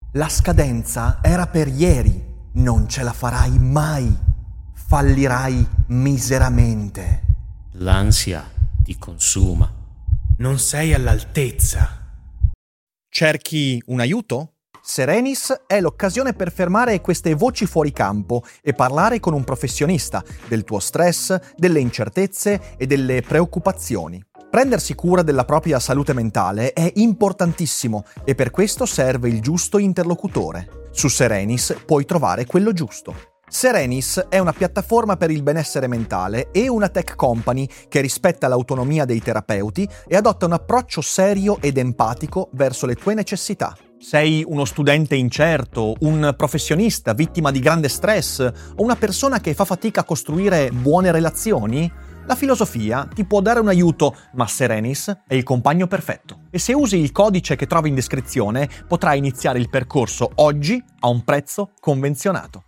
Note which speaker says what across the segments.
Speaker 1: La scadenza era per ieri, non ce la farai mai. Fallirai miseramente.
Speaker 2: L'ansia ti consuma.
Speaker 3: Non sei all'altezza.
Speaker 1: Cerchi un aiuto? Serenis è l'occasione per fermare queste voci fuori campo e parlare con un professionista del tuo stress, delle incertezze e delle preoccupazioni. Prendersi cura della propria salute mentale è importantissimo e per questo serve il giusto interlocutore. Su Serenis puoi trovare quello giusto. Serenis è una piattaforma per il benessere mentale e una tech company che rispetta l'autonomia dei terapeuti e adotta un approccio serio ed empatico verso le tue necessità. Sei uno studente incerto, un professionista vittima di grande stress o una persona che fa fatica a costruire buone relazioni? La filosofia ti può dare un aiuto, ma Serenis è il compagno perfetto. E se usi il codice che trovi in descrizione, potrai iniziare il percorso oggi a un prezzo convenzionato.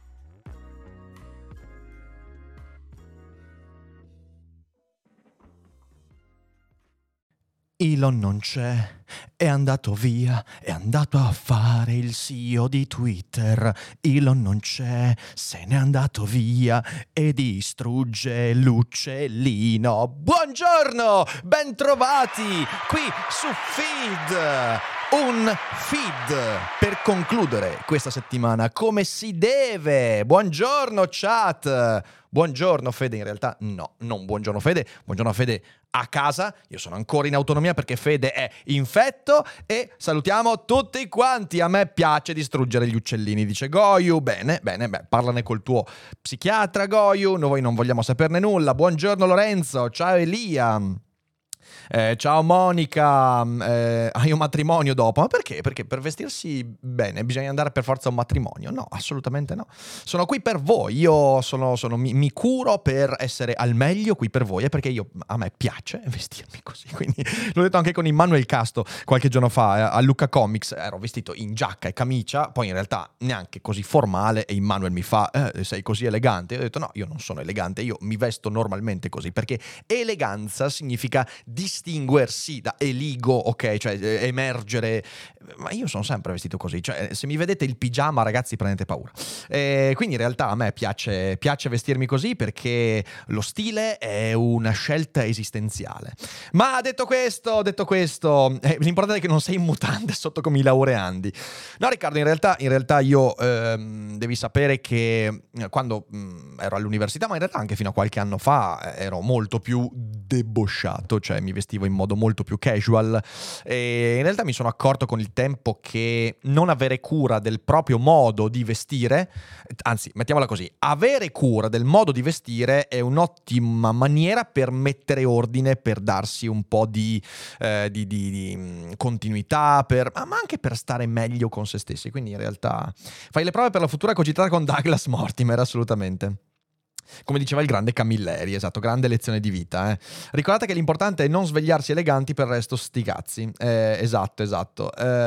Speaker 1: Elon non c'è, è andato via, è andato a fare il CEO di Twitter. Elon non c'è, se n'è andato via e distrugge l'uccellino. Buongiorno, bentrovati qui su Feed. Un feed per concludere questa settimana come si deve. Buongiorno chat. Buongiorno Fede, in realtà no, non buongiorno Fede, buongiorno Fede a casa, io sono ancora in autonomia perché Fede è infetto e salutiamo tutti quanti, a me piace distruggere gli uccellini, dice Goyu, bene, parlane col tuo psichiatra Goyu, noi non vogliamo saperne nulla, buongiorno Lorenzo, ciao Elia. Ciao Monica, hai un matrimonio dopo? Ma perché? Perché per vestirsi bene bisogna andare per forza a un matrimonio? No, assolutamente no. Sono qui per voi, io mi curo per essere al meglio qui per voi, perché a me piace vestirmi così, quindi l'ho detto anche con Immanuel Casto qualche giorno fa a Lucca Comics, ero vestito in giacca e camicia, poi in realtà neanche così formale e Immanuel mi fa sei così elegante? Io ho detto no, io non sono elegante, io mi vesto normalmente così, perché eleganza significa distinguersi da eligo, ok, cioè emergere, ma io sono sempre vestito così, cioè se mi vedete il pigiama ragazzi prendete paura, quindi in realtà a me piace vestirmi così perché lo stile è una scelta esistenziale. Ma detto questo, l'importante è che non sei in mutande sotto come i laureandi. No Riccardo, in realtà io devi sapere che quando ero all'università, ma in realtà anche fino a qualche anno fa ero molto più debosciato, cioè mi vestivo in modo molto più casual e in realtà mi sono accorto con il tempo che non avere cura del proprio modo di vestire, anzi mettiamola così, avere cura del modo di vestire è un'ottima maniera per mettere ordine, per darsi un po' di continuità, ma anche per stare meglio con se stessi, quindi in realtà fai le prove per la futura cogitata con Douglas Mortimer, assolutamente. Come diceva il grande Camilleri, esatto, grande lezione di vita. Ricordate che l'importante è non svegliarsi eleganti, per il resto sti cazzi. Esatto.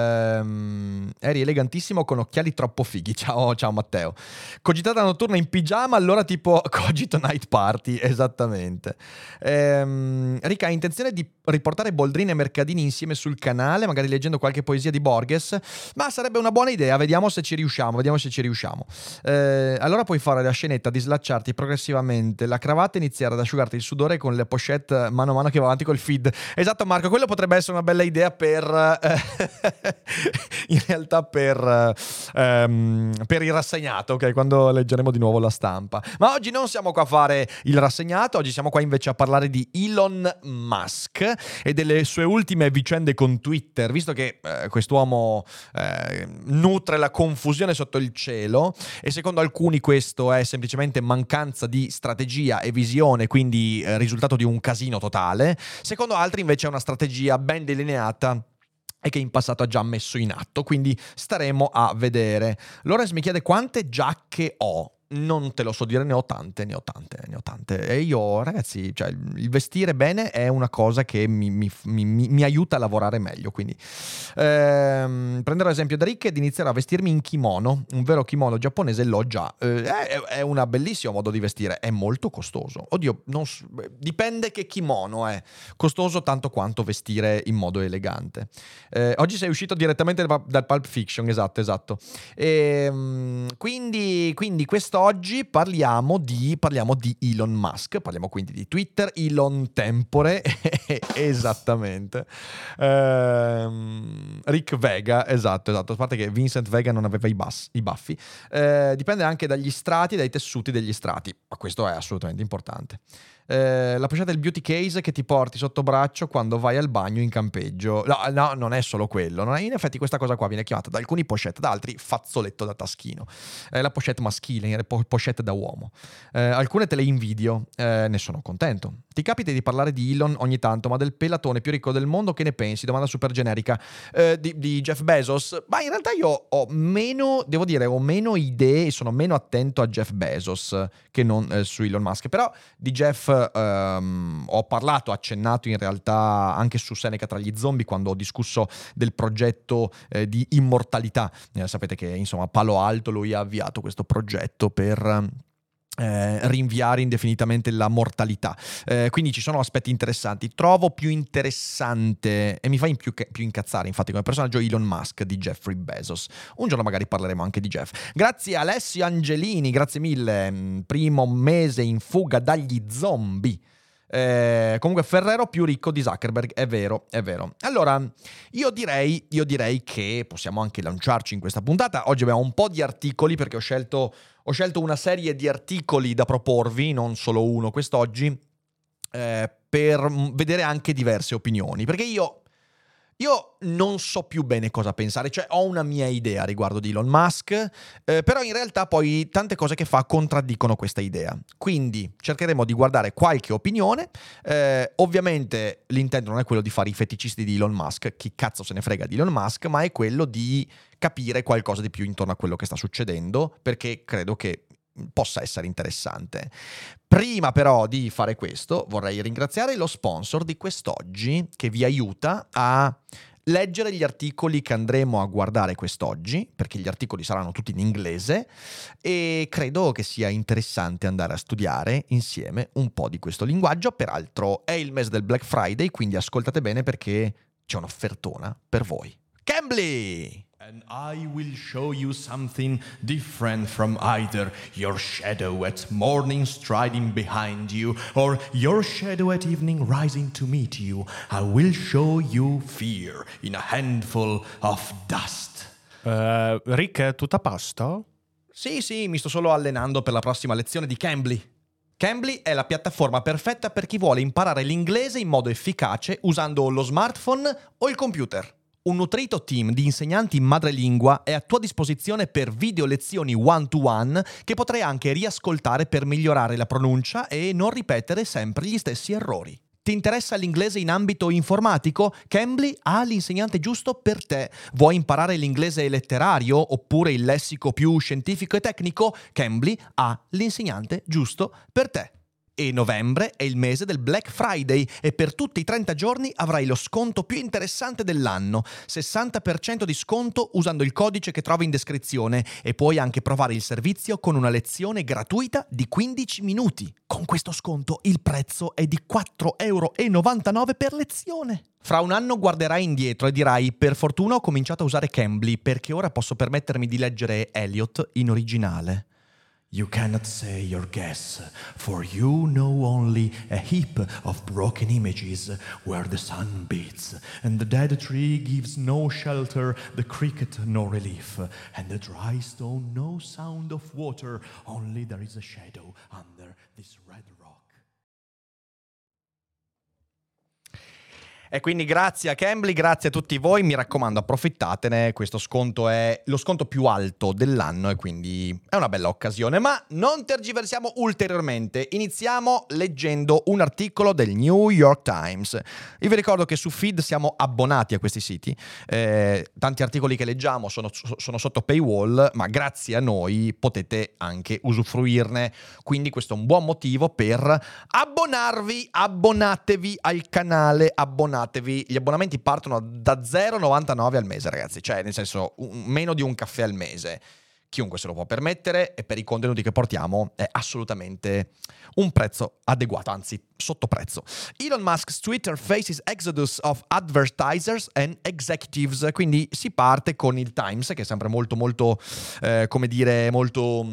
Speaker 1: Eri elegantissimo con occhiali troppo fighi. Ciao Matteo. Cogitata notturna in pigiama, allora tipo cogito night party, esattamente. Rica, hai intenzione di riportare Boldrini e Mercadini insieme sul canale, magari leggendo qualche poesia di Borges? Ma sarebbe una buona idea, vediamo se ci riusciamo. Allora puoi fare la scenetta di slacciarti progressivamente la cravatta e iniziare ad asciugarti il sudore con le pochette mano a mano che va avanti col feed. Esatto Marco, quello potrebbe essere una bella idea per in realtà per il rassegnato, ok? Quando leggeremo di nuovo la stampa. Ma oggi non siamo qua a fare il rassegnato, oggi siamo qua invece a parlare di Elon Musk e delle sue ultime vicende con Twitter, visto che quest'uomo nutre la confusione sotto il cielo e secondo alcuni questo è semplicemente mancanza di strategia e visione, quindi risultato di un casino totale. Secondo altri invece è una strategia ben delineata e che in passato ha già messo in atto, quindi staremo a vedere. Lorenz mi chiede quante giacche ho. Non te lo so dire, ne ho tante. E io, ragazzi, cioè, il vestire bene è una cosa che mi aiuta a lavorare meglio. Quindi prenderò esempio da Rick ed inizierò a vestirmi in kimono. Un vero kimono giapponese l'ho già. È un bellissimo modo di vestire. È molto costoso. Oddio, dipende che kimono è. Costoso tanto quanto vestire in modo elegante. Oggi sei uscito direttamente dal Pulp Fiction, esatto. Quindi quest'oggi parliamo di Elon Musk, parliamo quindi di Twitter, Elon tempore, esattamente. Rick Vega, esatto, a parte che Vincent Vega non aveva i baffi. Dipende anche dagli strati, dai tessuti degli strati, ma questo è assolutamente importante. La pochette del beauty case che ti porti sotto braccio quando vai al bagno in campeggio. No, non è solo quello. In effetti questa cosa qua viene chiamata da alcuni pochette, da altri fazzoletto da taschino. La pochette maschile, pochette da uomo. Alcune te le invidio, ne sono contento. Ti capita di parlare di Elon ogni tanto, ma del pelatone più ricco del mondo che ne pensi? Domanda super generica. Di Jeff Bezos? Ma in realtà io ho meno idee e sono meno attento a Jeff Bezos che non su Elon Musk. Però di Jeff ho parlato, accennato in realtà anche su Seneca tra gli zombie quando ho discusso del progetto di immortalità. Sapete che insomma a Palo Alto lui ha avviato questo progetto per rinviare indefinitamente la mortalità, quindi ci sono aspetti interessanti. Trovo più interessante e mi fa più incazzare infatti come personaggio Elon Musk di Jeffrey Bezos. Un giorno magari parleremo anche di Jeff. Grazie Alessio Angelini, grazie mille. Primo mese in fuga dagli zombie. Comunque Ferrero più ricco di Zuckerberg, è vero. Allora io direi che possiamo anche lanciarci in questa puntata. Oggi abbiamo un po' di articoli perché ho scelto una serie di articoli da proporvi, non solo uno quest'oggi, per vedere anche diverse opinioni, perché io non so più bene cosa pensare, cioè ho una mia idea riguardo di Elon Musk, però in realtà poi tante cose che fa contraddicono questa idea. Quindi cercheremo di guardare qualche opinione. Ovviamente l'intento non è quello di fare i feticisti di Elon Musk, chi cazzo se ne frega di Elon Musk, ma è quello di capire qualcosa di più intorno a quello che sta succedendo, perché credo che possa essere interessante. Prima però di fare questo vorrei ringraziare lo sponsor di quest'oggi che vi aiuta a leggere gli articoli che andremo a guardare quest'oggi, perché gli articoli saranno tutti in inglese e credo che sia interessante andare a studiare insieme un po' di questo linguaggio. Peraltro è il mese del Black Friday, quindi ascoltate bene perché c'è un'offertona per voi. Cambly!
Speaker 4: And I will show you something different from either your shadow at morning striding behind you or your shadow at evening rising to meet you. I will show you fear in a handful of dust.
Speaker 2: Rick, tutto a posto?
Speaker 1: Sì, mi sto solo allenando per la prossima lezione di Cambly. Cambly è la piattaforma perfetta per chi vuole imparare l'inglese in modo efficace usando lo smartphone o il computer. Un nutrito team di insegnanti madrelingua è a tua disposizione per video lezioni one-to-one che potrai anche riascoltare per migliorare la pronuncia e non ripetere sempre gli stessi errori. Ti interessa l'inglese in ambito informatico? Cambly ha l'insegnante giusto per te. Vuoi imparare l'inglese letterario oppure il lessico più scientifico e tecnico? Cambly ha l'insegnante giusto per te. E novembre è il mese del Black Friday e per tutti i 30 giorni avrai lo sconto più interessante dell'anno, 60% di sconto usando il codice che trovi in descrizione e puoi anche provare il servizio con una lezione gratuita di 15 minuti. Con questo sconto il prezzo è di 4,99 € per lezione. Fra un anno guarderai indietro e dirai: per fortuna ho cominciato a usare Cambly perché ora posso permettermi di leggere Eliot in originale.
Speaker 4: You cannot say your guess, for you know only a heap of broken images where the sun beats, and the dead tree gives no shelter, the cricket no relief, and the dry stone no sound of water, only there is a shadow under this red rock.
Speaker 1: E quindi grazie a Cambly, grazie a tutti voi, mi raccomando approfittatene, questo sconto è lo sconto più alto dell'anno e quindi è una bella occasione, ma non tergiversiamo ulteriormente, iniziamo leggendo un articolo del New York Times. Io vi ricordo che su Feed siamo abbonati a questi siti, tanti articoli che leggiamo sono sotto paywall, ma grazie a noi potete anche usufruirne, quindi questo è un buon motivo per abbonatevi al canale, gli abbonamenti partono da 0,99 al mese, ragazzi, cioè nel senso meno di un caffè al mese, chiunque se lo può permettere, e per i contenuti che portiamo è assolutamente un prezzo adeguato, anzi sottoprezzo. Elon Musk's Twitter faces exodus of advertisers and executives, quindi si parte con il Times, che è sempre molto come dire, molto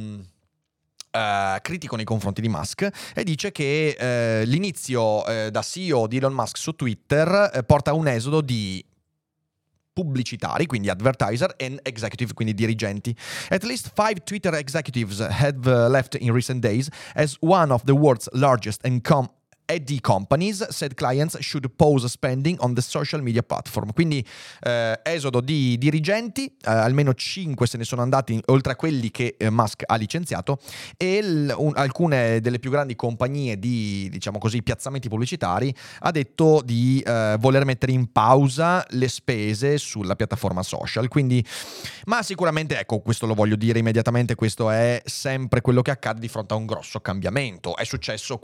Speaker 1: critico nei confronti di Musk, e dice che l'inizio da CEO di Elon Musk su Twitter porta a un esodo di pubblicitari, quindi advertiser, and executive, quindi dirigenti. At least 5 Twitter executives have left in recent days as one of the world's largest ad companies said clients should pause spending on the social media platform. Quindi esodo di dirigenti, almeno 5 se ne sono andati oltre a quelli che Musk ha licenziato, e alcune delle più grandi compagnie di, diciamo così, piazzamenti pubblicitari ha detto di voler mettere in pausa le spese sulla piattaforma social. Quindi, ma sicuramente, ecco, questo lo voglio dire immediatamente, questo è sempre quello che accade di fronte a un grosso cambiamento. È successo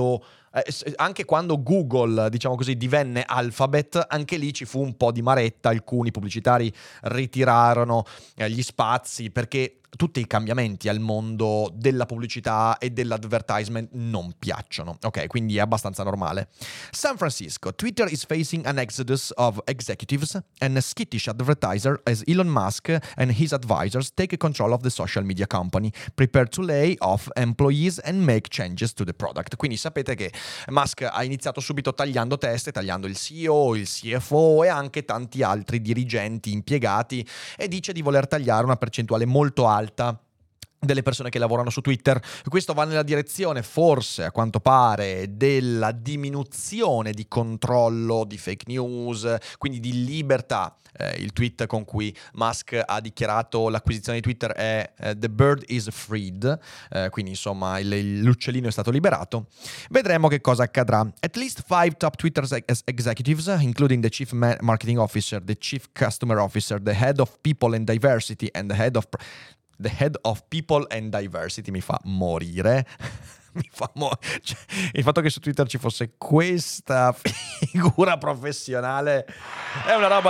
Speaker 1: anche quando Google, diciamo così, divenne Alphabet, anche lì ci fu un po' di maretta, alcuni pubblicitari ritirarono gli spazi perché tutti i cambiamenti al mondo della pubblicità e dell'advertisement non piacciono, ok? Quindi è abbastanza normale. San Francisco, Twitter is facing an exodus of executives and a skittish advertiser as Elon Musk and his advisors take control of the social media company, prepared to lay off employees and make changes to the product. Quindi sapete che Musk ha iniziato subito tagliando teste, tagliando il CEO, il CFO e anche tanti altri dirigenti impiegati, e dice di voler tagliare una percentuale molto alta delle persone che lavorano su Twitter. Questo va nella direzione, forse, a quanto pare, della diminuzione di controllo di fake news, quindi di libertà. Il tweet con cui Musk ha dichiarato l'acquisizione di Twitter è "The bird is freed", quindi insomma l'uccellino è stato liberato. Vedremo che cosa accadrà. At least 5 top Twitter executives, including the chief marketing officer, the chief customer officer, the head of people and diversity and the head of People and Diversity, mi fa morire. Cioè, il fatto che su Twitter ci fosse questa figura professionale è una roba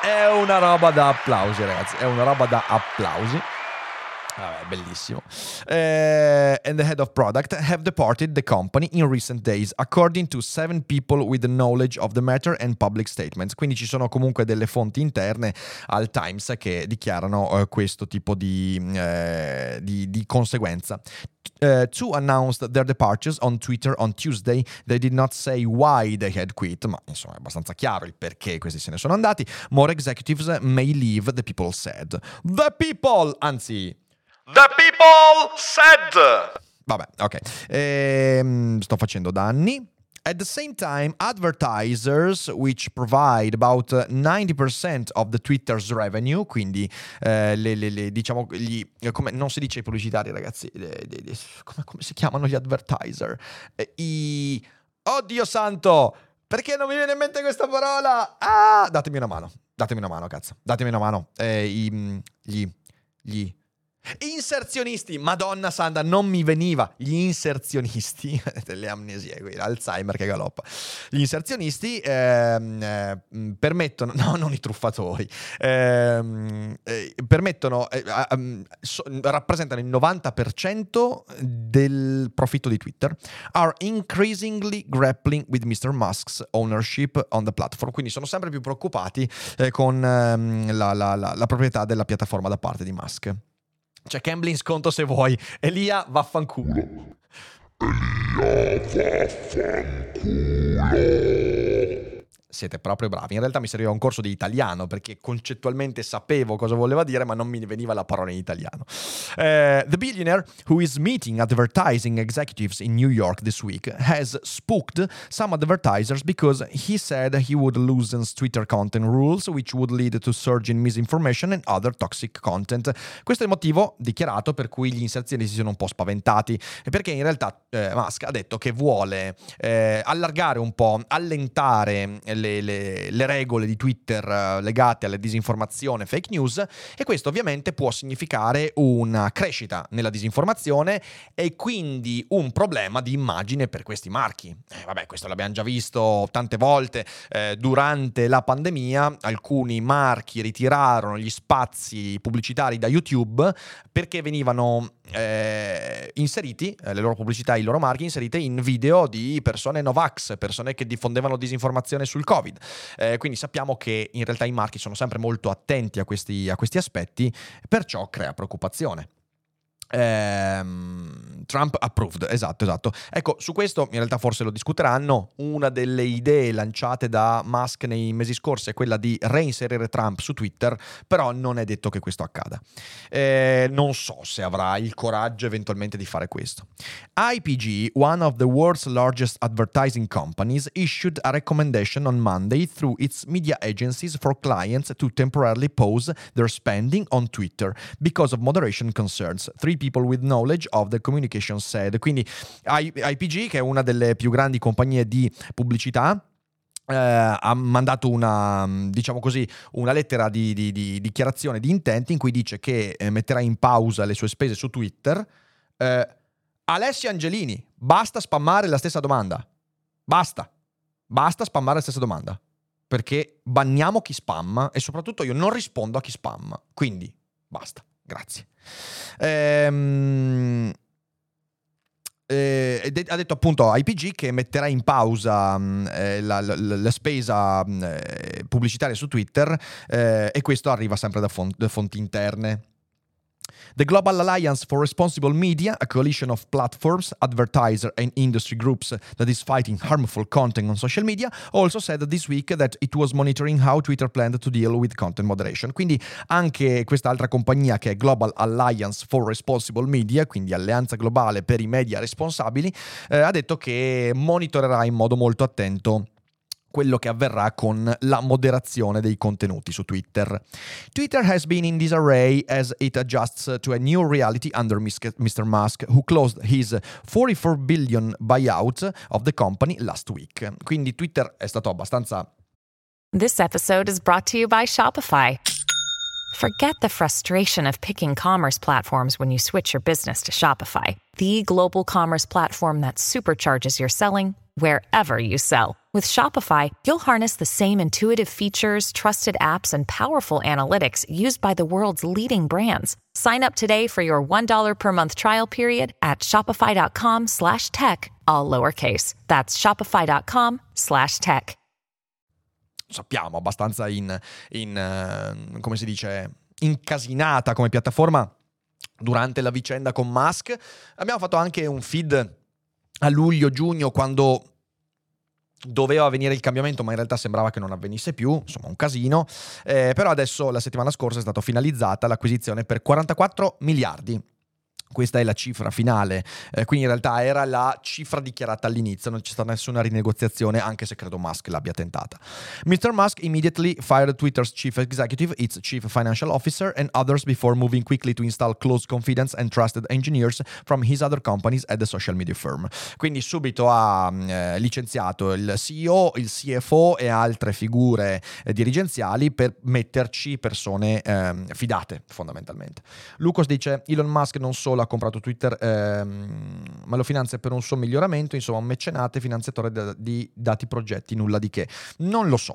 Speaker 1: da applausi, ragazzi. È una roba da applausi. Vabbè, bellissimo. And the head of product have departed the company in recent days, according to 7 people with the knowledge of the matter and public statements. Quindi ci sono comunque delle fonti interne al Times che dichiarano questo tipo di conseguenza. Two announced their departures on Twitter on Tuesday. They did not say why they had quit, ma insomma è abbastanza chiaro il perché questi se ne sono andati. More executives may leave, the people said. The people said. Vabbè, ok. Sto facendo danni. At the same time, advertisers, which provide about 90% of the Twitter's revenue, quindi diciamo come non si dice i pubblicitari, ragazzi, come si chiamano gli advertiser? Oddio santo, perché non mi viene in mente questa parola? Datemi una mano, cazzo, datemi una mano. Gli inserzionisti, Madonna santa, non mi veniva. Gli inserzionisti, delle amnesie qui, l'Alzheimer che galoppa. Gli inserzionisti permettono, no, non i truffatori, permettono, rappresentano il 90% del profitto di Twitter. Are increasingly grappling with Mr. Musk's ownership on the platform. Quindi sono sempre più preoccupati con la proprietà della piattaforma da parte di Musk. C'è Cambly in sconto se vuoi. Elia, vaffanculo. siete proprio bravi. In realtà mi serviva un corso di italiano perché concettualmente sapevo cosa voleva dire, ma non mi veniva la parola in italiano. The billionaire, who is meeting advertising executives in New York this week, has spooked some advertisers because he said he would loosen Twitter content rules, which would lead to surge in misinformation and other toxic content. Questo è il motivo dichiarato per cui gli inserzionisti si sono un po' spaventati, perché in realtà Musk ha detto che vuole allargare un po', allentare le regole di Twitter legate alle disinformazione, fake news, e questo ovviamente può significare una crescita nella disinformazione e quindi un problema di immagine per questi marchi. Vabbè, questo l'abbiamo già visto tante volte durante la pandemia. Alcuni marchi ritirarono gli spazi pubblicitari da YouTube perché venivano inseriti, le loro pubblicità, i loro marchi inserite in video di persone Novax, persone che diffondevano disinformazione sul Covid. Quindi sappiamo che in realtà i marchi sono sempre molto attenti a questi aspetti, perciò crea preoccupazione. Trump approved, esatto. Ecco, su questo in realtà forse lo discuteranno. Una delle idee lanciate da Musk nei mesi scorsi è quella di reinserire Trump su Twitter, però non è detto che questo accada. Non so se avrà il coraggio eventualmente di fare questo. IPG, one of the world's largest advertising companies, issued a recommendation on Monday through its media agencies for clients to temporarily pause their spending on Twitter because of moderation concerns. Three people with knowledge of the communication said. Quindi IPG, che è una delle più grandi compagnie di pubblicità, ha mandato una lettera di dichiarazione di intenti in cui dice che metterà in pausa le sue spese su Twitter. Alessia Angelini, basta spammare la stessa domanda. Basta spammare la stessa domanda, perché banniamo chi spamma e soprattutto io non rispondo a chi spamma, quindi basta, grazie. Ha detto appunto a IPG che metterà in pausa la spesa pubblicitaria su Twitter, e questo arriva sempre da fonti interne. The Global Alliance for Responsible Media, a coalition of platforms, advertiser and industry groups that is fighting harmful content on social media, also said this week that it was monitoring how Twitter planned to deal with content moderation. Quindi anche quest'altra compagnia, che è Global Alliance for Responsible Media, quindi alleanza globale per i media responsabili, ha detto che monitorerà in modo molto attento quello che avverrà con la moderazione dei contenuti su Twitter. Twitter has been in disarray as it adjusts to a new reality under Mr. Musk, who closed his $44 billion buyout of the company last week. Quindi Twitter è stato abbastanza...
Speaker 5: This episode is brought to you by Shopify. Forget the frustration of picking commerce platforms when you switch your business to Shopify, the global commerce platform that supercharges your selling wherever you sell. With Shopify, you'll harness the same intuitive features, trusted apps, and powerful analytics used by the world's leading brands. Sign up today for your $1 per month trial period at shopify.com/tech, all lowercase. That's shopify.com/tech.
Speaker 1: Sappiamo, abbastanza come si dice, incasinata come piattaforma durante la vicenda con Musk. Abbiamo fatto anche un feed a luglio-giugno, quando doveva avvenire il cambiamento, ma in realtà sembrava che non avvenisse più, insomma un casino, però adesso la settimana scorsa è stata finalizzata l'acquisizione per 44 miliardi. Questa è la cifra finale, quindi in realtà era la cifra dichiarata all'inizio, non c'è stata nessuna rinegoziazione, anche se credo Musk l'abbia tentata. Mr. Musk immediately fired Twitter's chief executive, its chief financial officer and others before moving quickly to install close confidence and trusted engineers from his other companies at the social media firm. Quindi subito ha licenziato il CEO, il CFO e altre figure dirigenziali per metterci persone fidate, fondamentalmente. Lucas dice: Elon Musk non solo ha comprato Twitter, ma lo finanzia per un suo miglioramento, insomma un mecenate finanziatore di dati progetti, nulla di che. Non lo so.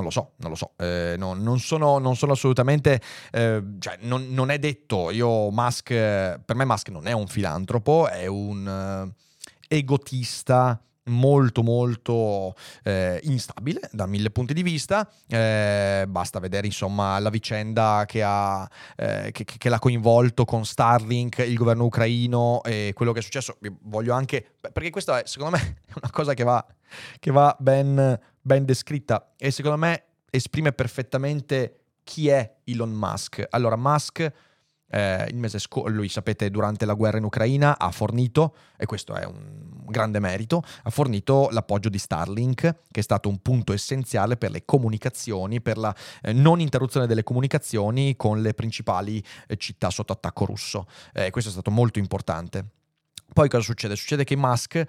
Speaker 1: Non sono assolutamente, cioè non è detto. Per me Musk non è un filantropo, è un egotista molto molto instabile da 1000 punti di vista. Basta vedere insomma la vicenda che l'ha coinvolto con Starlink, il governo ucraino e quello che è successo. Voglio anche, perché questa è, secondo me, è una cosa che va ben descritta e secondo me esprime perfettamente chi è Elon Musk. Allora, Musk il mese scorso, lui sapete, durante la guerra in Ucraina ha fornito, e questo è un grande merito, ha fornito l'appoggio di Starlink, che è stato un punto essenziale per le comunicazioni, per la non interruzione delle comunicazioni con le principali città sotto attacco russo. Questo è stato molto importante. Poi cosa succede? Succede che Musk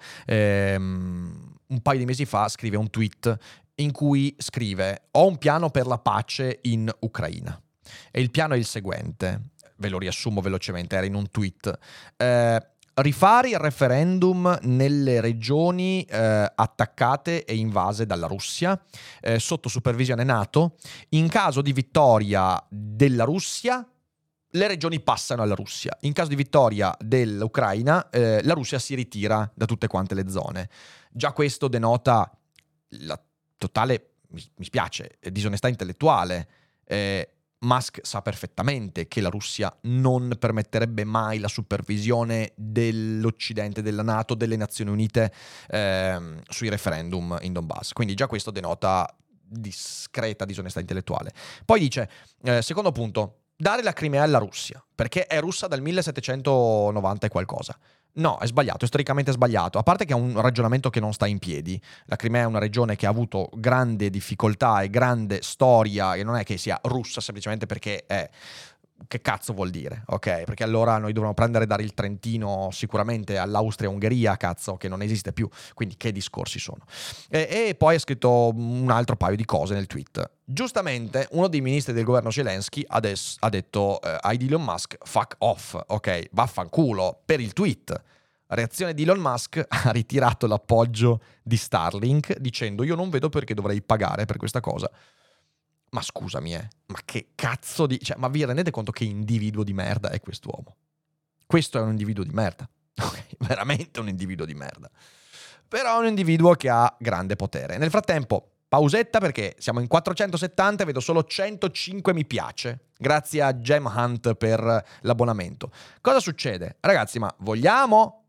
Speaker 1: un paio di mesi fa scrive un tweet in cui scrive: ho un piano per la pace in Ucraina. E il piano è il seguente, ve lo riassumo velocemente, era in un tweet. Rifare il referendum nelle regioni attaccate e invase dalla Russia sotto supervisione NATO. In caso di vittoria della Russia, le regioni passano alla Russia. In caso di vittoria dell'Ucraina, la Russia si ritira da tutte quante le zone. Già questo denota la totale, mi spiace, disonestà intellettuale. Musk sa perfettamente che la Russia non permetterebbe mai la supervisione dell'Occidente, della NATO, delle Nazioni Unite sui referendum in Donbass. Quindi già questo denota discreta disonestà intellettuale. Poi dice, secondo punto, dare la Crimea alla Russia, perché è russa dal 1790 e qualcosa. No, è sbagliato, è storicamente sbagliato. A parte che è un ragionamento che non sta in piedi. La Crimea è una regione che ha avuto grande difficoltà e grande storia, e non è che sia russa semplicemente perché è... Che cazzo vuol dire? Ok, perché allora noi dovremmo prendere e dare il Trentino sicuramente all'Austria-Ungheria, cazzo, che non esiste più. Quindi che discorsi sono? E poi ha scritto un altro paio di cose nel tweet. Giustamente uno dei ministri del governo Zelensky ha detto a Elon Musk fuck off, ok, vaffanculo, per il tweet. Reazione di Elon Musk: ha ritirato l'appoggio di Starlink dicendo io non vedo perché dovrei pagare per questa cosa. Ma scusami, ma che cazzo di... Cioè, ma vi rendete conto che individuo di merda è quest'uomo? Questo è un individuo di merda. Ok, veramente un individuo di merda. Però è un individuo che ha grande potere. Nel frattempo, pausetta perché siamo in 470 e vedo solo 105 mi piace. Grazie a Gem Hunt per l'abbonamento. Cosa succede? Ragazzi, ma vogliamo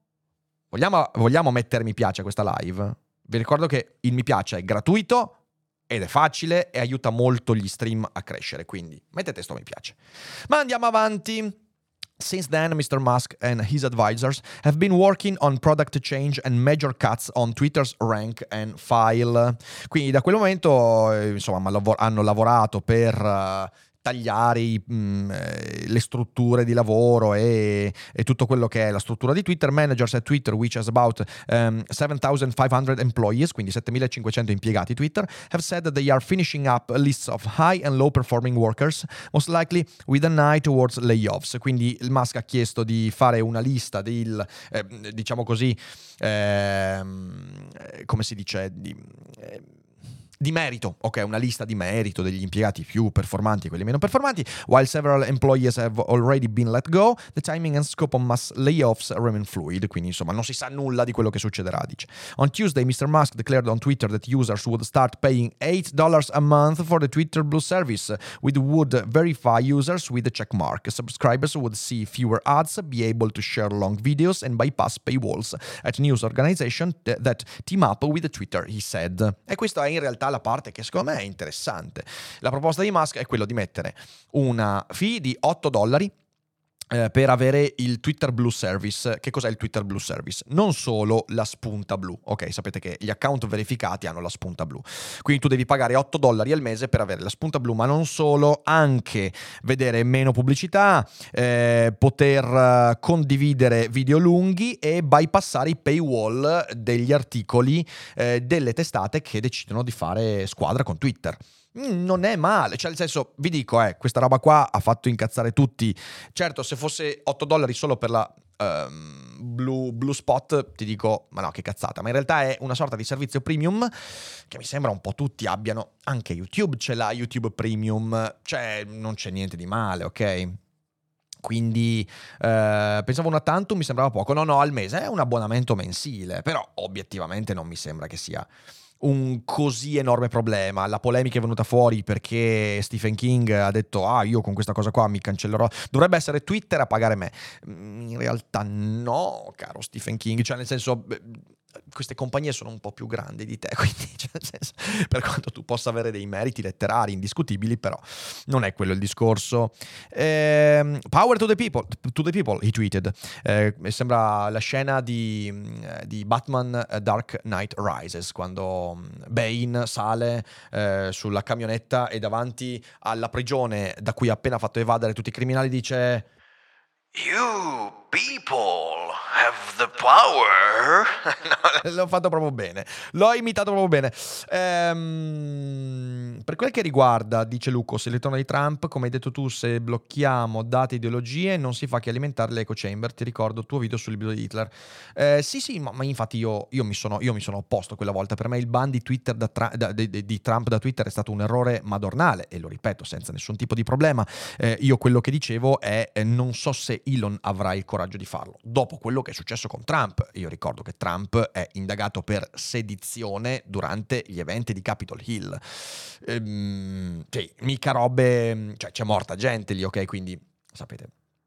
Speaker 1: mettere mi piace a questa live? Vi ricordo che il mi piace è gratuito ed è facile e aiuta molto gli stream a crescere, quindi mettete sto mi piace. Ma andiamo avanti. Since then, Mr. Musk and his advisors have been working on product change and major cuts on Twitter's rank and file. Quindi da quel momento, insomma, hanno lavorato per tagliare le strutture di lavoro e tutto quello che è la struttura di Twitter. Managers at Twitter, which has about 7,500 employees, quindi 7.500 impiegati Twitter, have said that they are finishing up lists of high and low performing workers, most likely with an eye towards layoffs. Quindi il Musk ha chiesto di fare una lista diciamo così, come si dice, di merito, ok, una lista di merito degli impiegati più performanti e quelli meno performanti. While several employees have already been let go, the timing and scope of mass layoffs remain fluid. Quindi insomma non si sa nulla di quello che succederà, dice. On Tuesday, Mr. Musk declared on Twitter that users would start paying $8 a month for the Twitter Blue service, which would verify users with the check mark. Subscribers would see fewer ads, be able to share long videos and bypass paywalls at news organizations that team up with Twitter, he said. E questa è in realtà la parte che secondo me è interessante. La proposta di Musk è quello di mettere una fee di $8 per avere il Twitter Blue Service. Che cos'è il Twitter Blue Service? Non solo la spunta blu, ok? Sapete che gli account verificati hanno la spunta blu, quindi tu devi pagare $8 al mese per avere la spunta blu, ma non solo, anche vedere meno pubblicità, poter condividere video lunghi e bypassare i paywall degli articoli delle testate che decidono di fare squadra con Twitter. Non è male, cioè nel senso, vi dico, questa roba qua ha fatto incazzare tutti. Certo, se fosse $8 solo per la Blue Spot, ti dico, ma no, che cazzata. Ma in realtà è una sorta di servizio premium che mi sembra un po' tutti abbiano. Anche YouTube ce l'ha, YouTube Premium, cioè non c'è niente di male, ok? Quindi pensavo una tantum, mi sembrava poco. No, al mese è un abbonamento mensile, però obiettivamente non mi sembra che sia un così enorme problema. La polemica è venuta fuori perché Stephen King ha detto io con questa cosa qua mi cancellerò, dovrebbe essere Twitter a pagare me. In realtà no, caro Stephen King, cioè nel senso queste compagnie sono un po' più grandi di te, quindi cioè, nel senso, per quanto tu possa avere dei meriti letterari indiscutibili, però non è quello il discorso. Power to the people, he tweeted. Sembra la scena di Batman Dark Knight Rises, quando Bane sale sulla camionetta e davanti alla prigione da cui ha appena fatto evadere tutti i criminali dice "You people have the power." No, l'ho fatto proprio bene. L'ho imitato proprio bene. Per quel che riguarda, dice Lucas, il ritorno di Trump, come hai detto tu, se blocchiamo date ideologie non si fa che alimentare l'echo chamber. Ti ricordo il tuo video sul libro di Hitler. Sì, ma infatti io mi sono opposto quella volta. Per me il ban di Twitter di Trump da Twitter è stato un errore madornale, e lo ripeto senza nessun tipo di problema. Io quello che dicevo è non so se Elon avrà il coraggio di farlo. Dopo quello che è successo con Trump, io ricordo che Trump è indagato per sedizione durante gli eventi di Capitol Hill. Mica robe, cioè c'è morta gente lì, ok? Quindi sapete.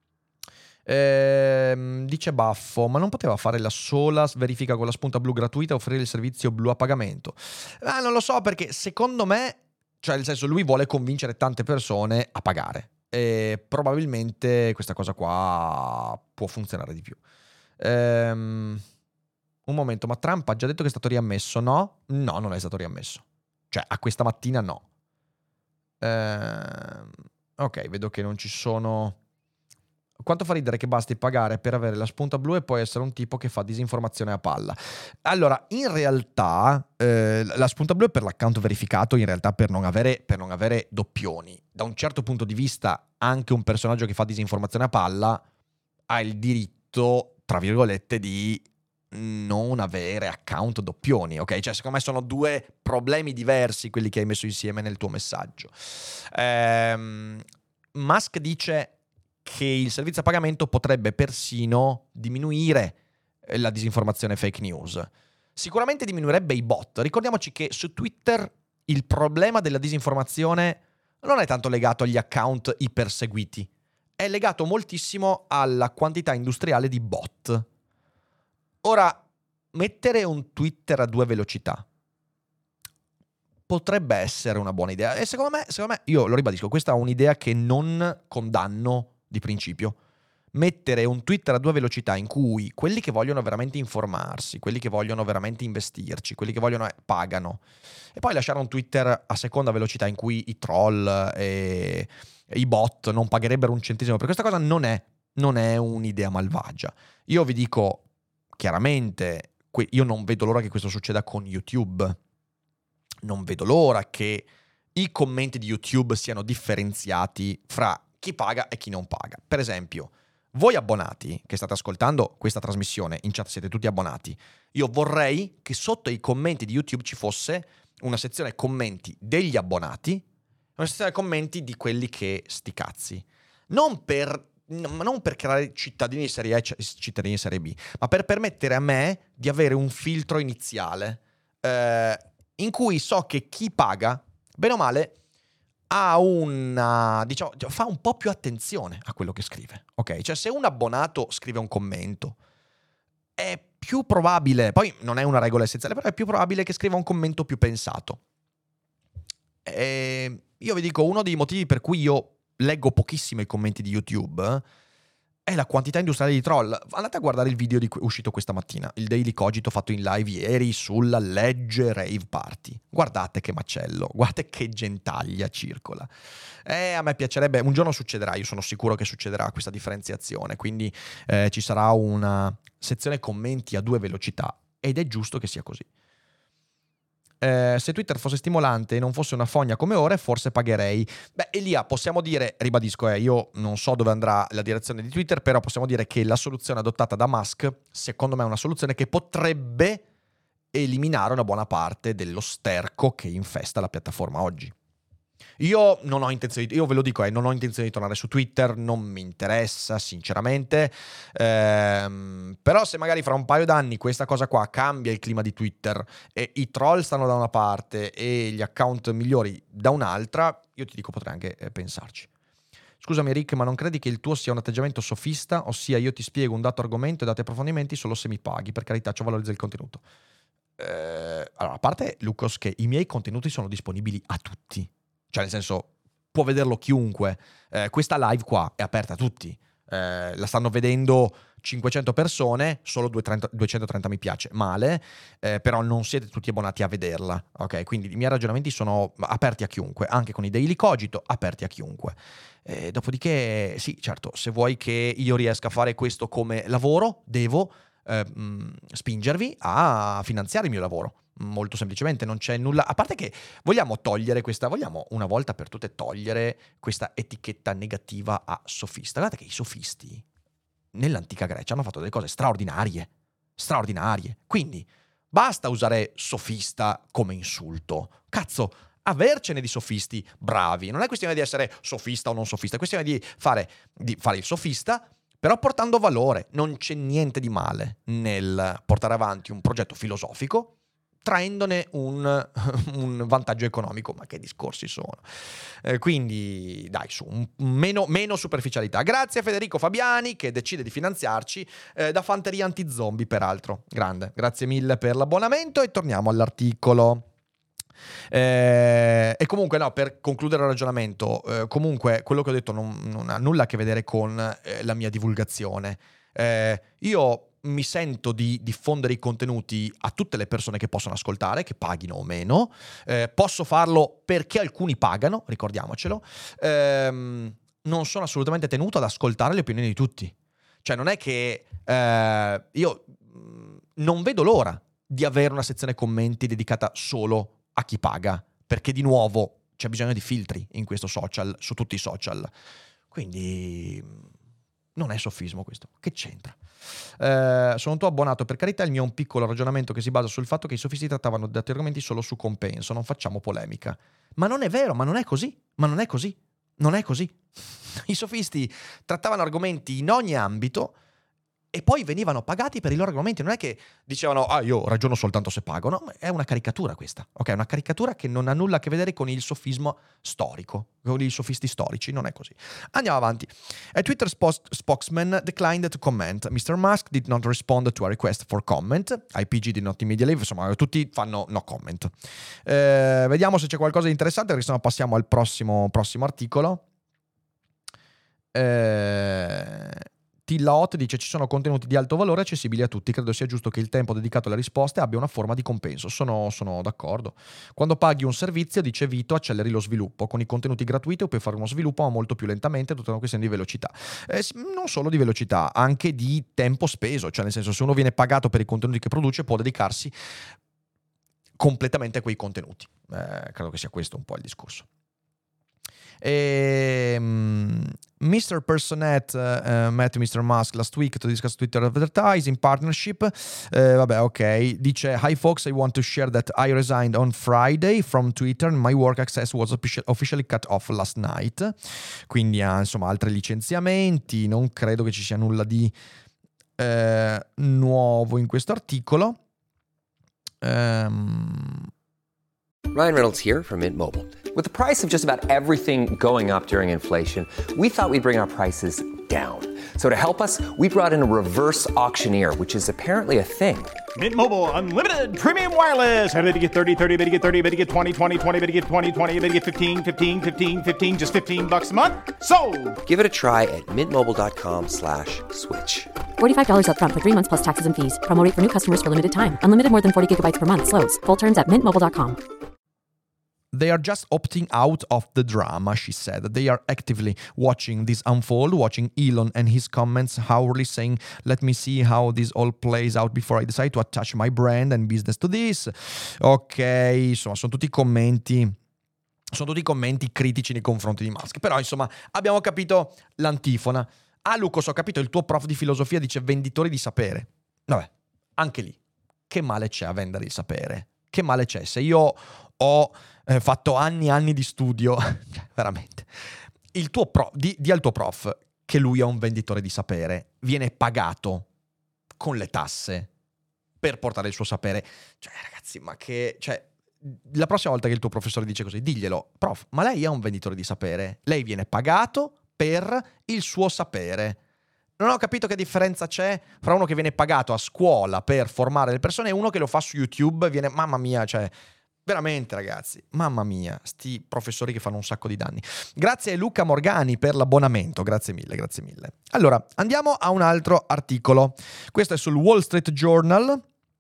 Speaker 1: Dice Baffo, ma non poteva fare la sola verifica con la spunta blu gratuita e offrire il servizio blu a pagamento? Non lo so, perché secondo me, cioè nel senso, lui vuole convincere tante persone a pagare. E probabilmente questa cosa qua può funzionare di più. Un momento, ma Trump ha già detto che è stato riammesso? No, non è stato riammesso. Cioè, a questa mattina no. Ok, vedo che non ci sono... Quanto fa ridere che basti pagare per avere la spunta blu e poi essere un tipo che fa disinformazione a palla. Allora, in realtà la spunta blu è per l'account verificato, in realtà per non avere doppioni. Da un certo punto di vista, anche un personaggio che fa disinformazione a palla ha il diritto, tra virgolette, di non avere account doppioni, ok? Cioè, secondo me sono due problemi diversi quelli che hai messo insieme nel tuo messaggio. Musk dice che il servizio a pagamento potrebbe persino diminuire la disinformazione fake news. Sicuramente diminuirebbe i bot. Ricordiamoci che su Twitter il problema della disinformazione non è tanto legato agli account iperseguiti, è legato moltissimo alla quantità industriale di bot. Ora, mettere un Twitter a 2 velocità potrebbe essere una buona idea. E secondo me, io lo ribadisco, questa è un'idea che non condanno di principio. Mettere un Twitter a 2 velocità in cui quelli che vogliono veramente informarsi, quelli che vogliono veramente investirci, quelli che vogliono pagano, e poi lasciare un Twitter a seconda velocità in cui i troll e i bot non pagherebbero un centesimo per questa cosa non è un'idea malvagia. Io vi dico chiaramente, io non vedo l'ora che questo succeda con YouTube. Non vedo l'ora che i commenti di YouTube siano differenziati fra chi paga e chi non paga. Per esempio, voi abbonati che state ascoltando questa trasmissione, in chat siete tutti abbonati, io vorrei che sotto i commenti di YouTube ci fosse una sezione commenti degli abbonati e una sezione commenti di quelli che sti cazzi. Non per creare cittadini di serie A e cittadini di serie B, ma per permettere a me di avere un filtro iniziale in cui so che chi paga, bene o male, ha fa un po' più attenzione a quello che scrive, ok? Cioè, se un abbonato scrive un commento, è più probabile, poi non è una regola essenziale, però è più probabile che scriva un commento più pensato. E io vi dico, uno dei motivi per cui io leggo pochissimo i commenti di YouTube è la quantità industriale di troll. Andate a guardare il video uscito questa mattina, il Daily Cogito fatto in live ieri sulla legge rave party. Guardate che macello, guardate che gentaglia circola. A me piacerebbe, un giorno succederà, io sono sicuro che succederà questa differenziazione, quindi ci sarà una sezione commenti a 2 velocità ed è giusto che sia così. Se Twitter fosse stimolante e non fosse una fogna come ora, forse pagherei. Beh, Elia, possiamo dire, ribadisco, io non so dove andrà la direzione di Twitter, però possiamo dire che la soluzione adottata da Musk, secondo me è una soluzione che potrebbe eliminare una buona parte dello sterco che infesta la piattaforma oggi. Io non ho intenzione, io ve lo dico, non ho intenzione di tornare su Twitter, non mi interessa sinceramente, però se magari fra un paio d'anni questa cosa qua cambia il clima di Twitter e i troll stanno da una parte e gli account migliori da un'altra, io ti dico potrei anche pensarci. Scusami Rick, ma non credi che il tuo sia un atteggiamento sofista? Ossia io ti spiego un dato argomento e date approfondimenti solo se mi paghi, per carità ciò valorizza il contenuto. Allora, a parte Lucas che i miei contenuti sono disponibili a tutti. Cioè, nel senso, può vederlo chiunque. Questa live qua è aperta a tutti. La stanno vedendo 500 persone, solo 230 mi piace. Male, però non siete tutti abbonati a vederla. Ok, quindi i miei ragionamenti sono aperti a chiunque, anche con i Daily Cogito, aperti a chiunque. Dopodiché, sì, certo, se vuoi che io riesca a fare questo come lavoro, devo spingervi a finanziare il mio lavoro. Molto semplicemente, non c'è nulla, a parte che vogliamo una volta per tutte togliere questa etichetta negativa a sofista. Guardate che i sofisti nell'antica Grecia hanno fatto delle cose straordinarie, quindi basta usare sofista come insulto, cazzo, avercene di sofisti bravi, non è questione di essere sofista o non sofista, è questione di fare il sofista però portando valore. Non c'è niente di male nel portare avanti un progetto filosofico traendone un vantaggio economico, ma che discorsi sono. Quindi dai, su, meno superficialità. Grazie a Federico Fabiani che decide di finanziarci da Fanteria Anti-Zombie, peraltro. Grande, grazie mille per l'abbonamento e torniamo all'articolo. E comunque no, per concludere il ragionamento, comunque quello che ho detto non ha nulla a che vedere con la mia divulgazione. Io mi sento di diffondere i contenuti a tutte le persone che possono ascoltare, che paghino o meno. Posso farlo perché alcuni pagano, ricordiamocelo. Non sono assolutamente tenuto ad ascoltare le opinioni di tutti. Cioè non è che io non vedo l'ora di avere una sezione commenti dedicata solo a chi paga, perché di nuovo c'è bisogno di filtri in questo social, su tutti i social. Quindi non è sofismo questo, che c'entra? Sono un tuo abbonato, per carità, il mio è un piccolo ragionamento che si basa sul fatto che i sofisti trattavano dati argomenti solo su compenso, non facciamo polemica. Ma non è vero, ma non è così. I sofisti trattavano argomenti in ogni ambito e poi venivano pagati per i loro argomenti. Non è che dicevano, io ragiono soltanto se pago. No, è una caricatura questa. Ok, è una caricatura che non ha nulla a che vedere con il sofismo storico, con i sofisti storici, non è così. Andiamo avanti. A Twitter spokesman declined to comment. Mr. Musk did not respond to a request for comment. IPG did not immediately. Insomma, tutti fanno no comment. Vediamo se c'è qualcosa di interessante, perché sennò passiamo al prossimo articolo. Tillot dice: ci sono contenuti di alto valore accessibili a tutti, credo sia giusto che il tempo dedicato alle risposte abbia una forma di compenso. Sono d'accordo. Quando paghi un servizio, dice Vito, acceleri lo sviluppo. Con i contenuti gratuiti puoi fare uno sviluppo ma molto più lentamente, tutta una questione di velocità. Non solo di velocità, anche di tempo speso, cioè nel senso, se uno viene pagato per i contenuti che produce può dedicarsi completamente a quei contenuti. Credo che sia questo un po' il discorso. Mr. Personet met Mr. Musk last week to discuss Twitter advertising partnership. Vabbè, ok. Dice: Hi folks, I want to share that I resigned on Friday from Twitter and my work access was officially cut off last night. Quindi insomma altri licenziamenti. Non credo che ci sia nulla di nuovo in questo articolo.
Speaker 6: Ryan Reynolds here from Mint Mobile. With the price of just about everything going up during inflation, we thought we'd bring our prices down. So to help us, we brought in a reverse auctioneer, which is apparently a thing.
Speaker 2: Mint Mobile Unlimited Premium Wireless. How to get 30, 30, how to get 30, how to get 20, 20, 20, how to get 20, 20, how to get 15, 15, 15, 15, just $15 a month? Sold!
Speaker 6: Give it a try at mintmobile.com/switch.
Speaker 7: $45 up front for 3 months plus taxes and fees. Promo rate for new customers for limited time. Unlimited more than 40 gigabytes per month. Slows full terms at mintmobile.com.
Speaker 1: They are just opting out of the drama, she said. They are actively watching this unfold, watching Elon and his comments, hourly saying, let me see how this all plays out before I decide to attach my brand and business to this. Ok, insomma, sono tutti commenti critici nei confronti di Musk. Però, insomma, abbiamo capito l'antifona. Lucas, ho capito, il tuo prof di filosofia dice venditori di sapere. Vabbè, anche lì, che male c'è a vendere il sapere? che male c'è? Se io ho fatto anni e anni di studio, veramente, il tuo di al tuo prof che lui è un venditore di sapere, viene pagato con le tasse per portare il suo sapere. Cioè, ragazzi, ma che... Cioè, la prossima volta che il tuo professore dice così, diglielo: prof, ma lei è un venditore di sapere, lei viene pagato per il suo sapere. Non ho capito che differenza c'è fra uno che viene pagato a scuola per formare le persone e uno che lo fa su YouTube, viene... Mamma mia, cioè... Veramente, ragazzi, mamma mia, sti professori che fanno un sacco di danni. Grazie a Luca Morgani per l'abbonamento, grazie mille, grazie mille. Allora, andiamo a un altro articolo. Questo è sul Wall Street Journal.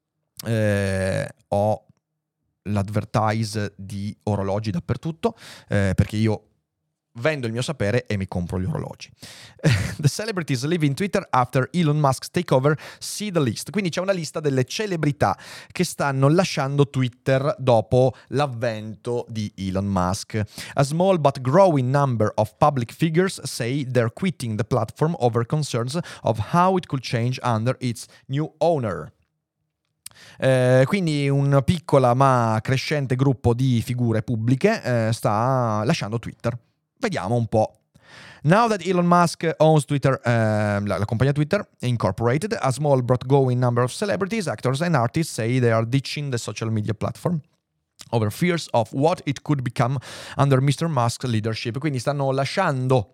Speaker 1: Ho l'advertise di orologi dappertutto, perché io vendo il mio sapere e mi compro gli orologi. The celebrities leaving Twitter after Elon Musk's takeover, see the list. Quindi c'è una lista delle celebrità che stanno lasciando Twitter dopo l'avvento di Elon Musk. A small but growing number of public figures say they're quitting the platform over concerns of how it could change under its new owner. Quindi un piccolo ma crescente gruppo di figure pubbliche sta lasciando Twitter. Vediamo un po'. Now that Elon Musk owns Twitter, la compagnia Twitter Incorporated, a small but growing number of celebrities, actors and artists say they are ditching the social media platform over fears of what it could become under Mr. Musk's leadership. Quindi stanno lasciando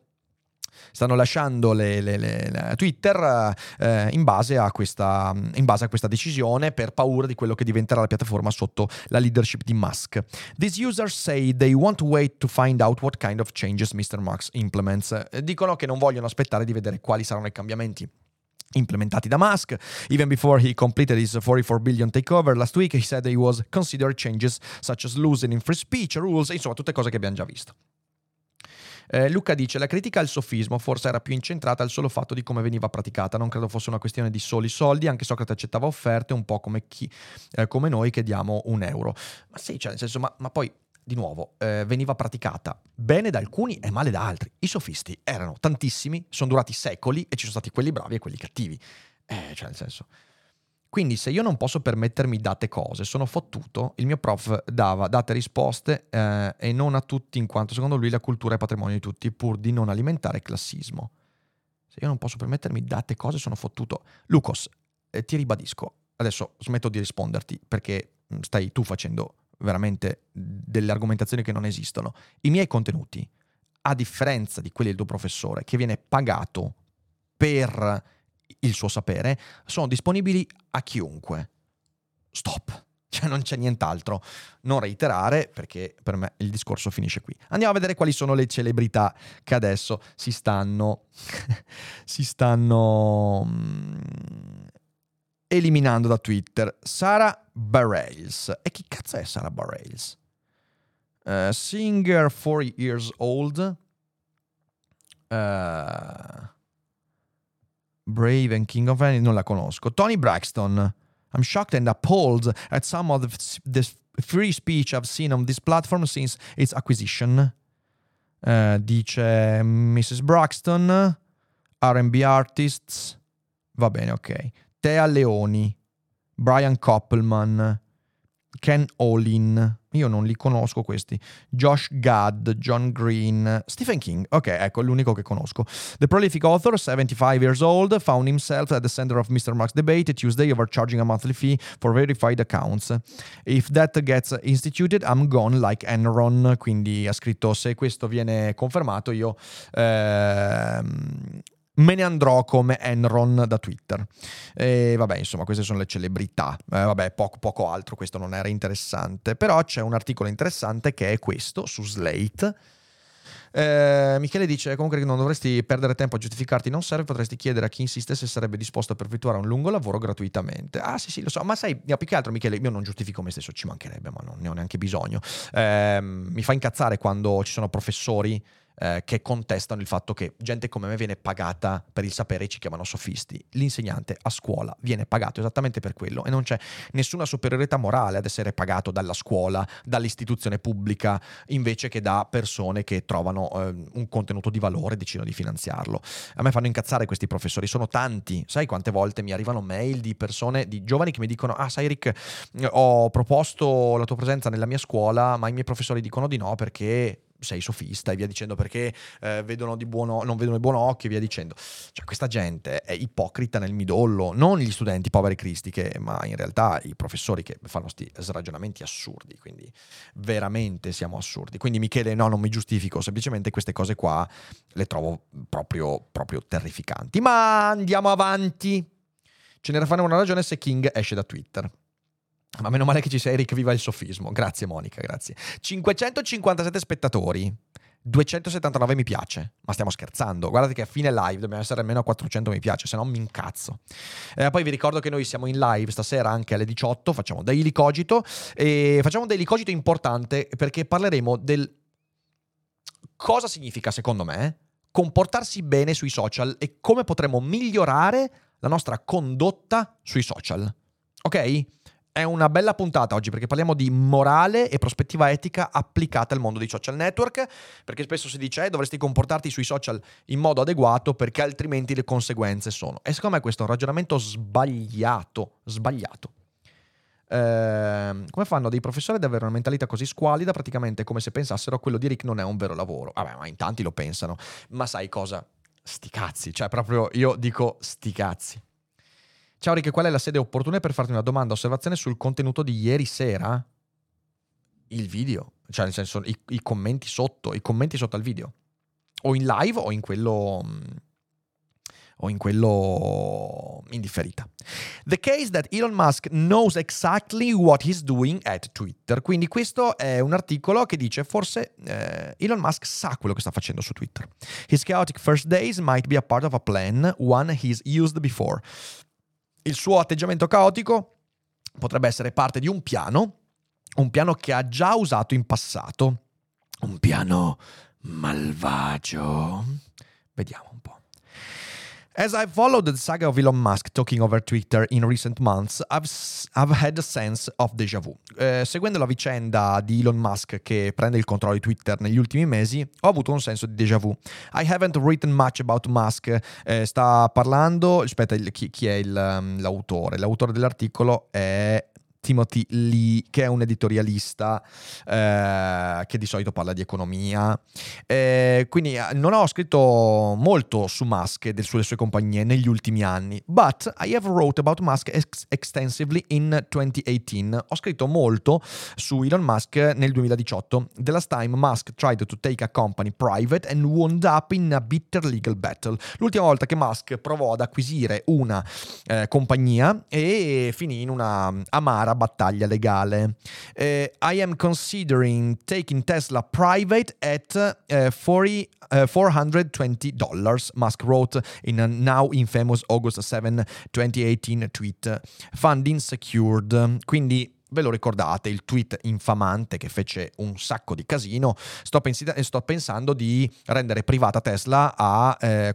Speaker 1: le Twitter in base a questa decisione, per paura di quello che diventerà la piattaforma sotto la leadership di Musk. These users say they want to wait to find out what kind of changes Mr. Musk implements. Dicono che non vogliono aspettare di vedere quali saranno i cambiamenti implementati da Musk. Even before he completed his 44 billion takeover last week, he said he was considering changes such as loosening free speech rules, insomma tutte cose che abbiamo già visto. Luca dice: la critica al sofismo forse era più incentrata al solo fatto di come veniva praticata, non credo fosse una questione di soli soldi, anche Socrate accettava offerte un po' come noi che diamo €1. Ma sì, cioè nel senso, ma poi di nuovo veniva praticata bene da alcuni e male da altri. I sofisti erano tantissimi, sono durati secoli e ci sono stati quelli bravi e quelli cattivi, cioè nel senso. Quindi se io non posso permettermi date cose, sono fottuto. Il mio prof dava date risposte e non a tutti, in quanto secondo lui la cultura è patrimonio di tutti, pur di non alimentare classismo. Se io non posso permettermi date cose, sono fottuto. Lucas, ti ribadisco, adesso smetto di risponderti perché stai tu facendo veramente delle argomentazioni che non esistono. I miei contenuti, a differenza di quelli del tuo professore, che viene pagato per il suo sapere, sono disponibili a chiunque. Stop. Cioè non c'è nient'altro. Non reiterare, perché per me il discorso finisce qui. Andiamo a vedere quali sono le celebrità che adesso si stanno eliminando da Twitter. Sarah Bareilles. E chi cazzo è Sarah Bareilles? Singer 4 years old. Brave and King of Any, non la conosco. Tony Braxton. I'm shocked and appalled at some of the free speech I've seen on this platform since its acquisition. Dice Mrs. Braxton. R&B artists. Va bene, ok. Tea Leoni. Brian Koppelman. Ken Olin. Io non li conosco questi. Josh Gad, John Green, Stephen King. Ok, ecco, è l'unico che conosco. The prolific author, 75 years old, found himself at the center of Mr. Musk's debate Tuesday over charging a monthly fee for verified accounts. If that gets instituted, I'm gone like Enron. Quindi ha scritto: se questo viene confermato, io me ne andrò come Enron da Twitter. E vabbè, insomma, queste sono le celebrità. Vabbè, poco altro, questo non era interessante. Però c'è un articolo interessante che è questo, su Slate. Michele dice: comunque non dovresti perdere tempo a giustificarti, non serve, potresti chiedere a chi insiste se sarebbe disposto a perpetuare un lungo lavoro gratuitamente. Ah sì, lo so, ma sai, più che altro Michele, io non giustifico me stesso, ci mancherebbe, ma non ne ho neanche bisogno. Mi fa incazzare quando ci sono professori che contestano il fatto che gente come me viene pagata per il sapere e ci chiamano sofisti. L'insegnante a scuola viene pagato esattamente per quello e non c'è nessuna superiorità morale ad essere pagato dalla scuola, dall'istituzione pubblica, invece che da persone che trovano un contenuto di valore e decidono di finanziarlo. A me fanno incazzare questi professori, sono tanti. Sai quante volte mi arrivano mail di persone, di giovani che mi dicono: ah, sai Rick, ho proposto la tua presenza nella mia scuola, ma i miei professori dicono di no perché sei sofista e via dicendo, perché non vedono di buon occhio e via dicendo. Cioè, questa gente è ipocrita nel midollo, non gli studenti poveri cristi, ma in realtà i professori che fanno sti ragionamenti assurdi, quindi veramente siamo assurdi. Quindi Michele, no, non mi giustifico, semplicemente queste cose qua le trovo proprio terrificanti. Ma andiamo avanti. Ce n'era fare una ragione se King esce da Twitter. Ma meno male che ci sei, Rick, viva il sofismo. Grazie Monica, grazie. 557 spettatori, 279 mi piace. Ma stiamo scherzando? Guardate che a fine live dobbiamo essere almeno a 400 mi piace, se no mi incazzo. Poi vi ricordo che noi siamo in live stasera anche alle 18, facciamo Daily Cogito, e facciamo un Daily Cogito importante perché parleremo del cosa significa, secondo me, comportarsi bene sui social e come potremo migliorare la nostra condotta sui social. Ok? È una bella puntata oggi perché parliamo di morale e prospettiva etica applicata al mondo dei social network, perché spesso si dice dovresti comportarti sui social in modo adeguato perché altrimenti le conseguenze sono. E secondo me questo è un ragionamento sbagliato. Come fanno dei professori ad avere una mentalità così squallida, praticamente come se pensassero quello di Rick non è un vero lavoro? Vabbè, ma in tanti lo pensano. Ma sai cosa? Sti cazzi, cioè proprio io dico sti cazzi. Ciao Rick, qual è la sede opportuna per farti una domanda, osservazione sul contenuto di ieri sera? Il video, cioè nel senso i commenti sotto al video. O in live o in quello in differita. The case that Elon Musk knows exactly what he's doing at Twitter. Quindi questo è un articolo che dice forse Elon Musk sa quello che sta facendo su Twitter. His chaotic first days might be a part of a plan, one he's used before. Il suo atteggiamento caotico potrebbe essere parte di un piano che ha già usato in passato. Un piano malvagio. Vediamo un po'. As I've followed the saga of Elon Musk talking over Twitter in recent months, I've had a sense of déjà vu. Seguendo la vicenda di Elon Musk che prende il controllo di Twitter negli ultimi mesi, ho avuto un senso di déjà vu. I haven't written much about Musk. Sta parlando... Aspetta, chi è l'autore? L'autore dell'articolo è Timothy Lee, che è un editorialista che di solito parla di economia. Quindi non ho scritto molto su Musk e sulle sue compagnie negli ultimi anni, but I have wrote about Musk extensively in 2018. Ho scritto molto su Elon Musk nel 2018. The last time Musk tried to take a company private and wound up in a bitter legal battle. L'ultima volta che Musk provò ad acquisire una compagnia e finì in una amara battaglia legale. I am considering taking Tesla private at $420, Musk wrote in a now infamous August 7, 2018 tweet. Funding secured. Quindi ve lo ricordate, il tweet infamante che fece un sacco di casino. Sto pensando di rendere privata Tesla a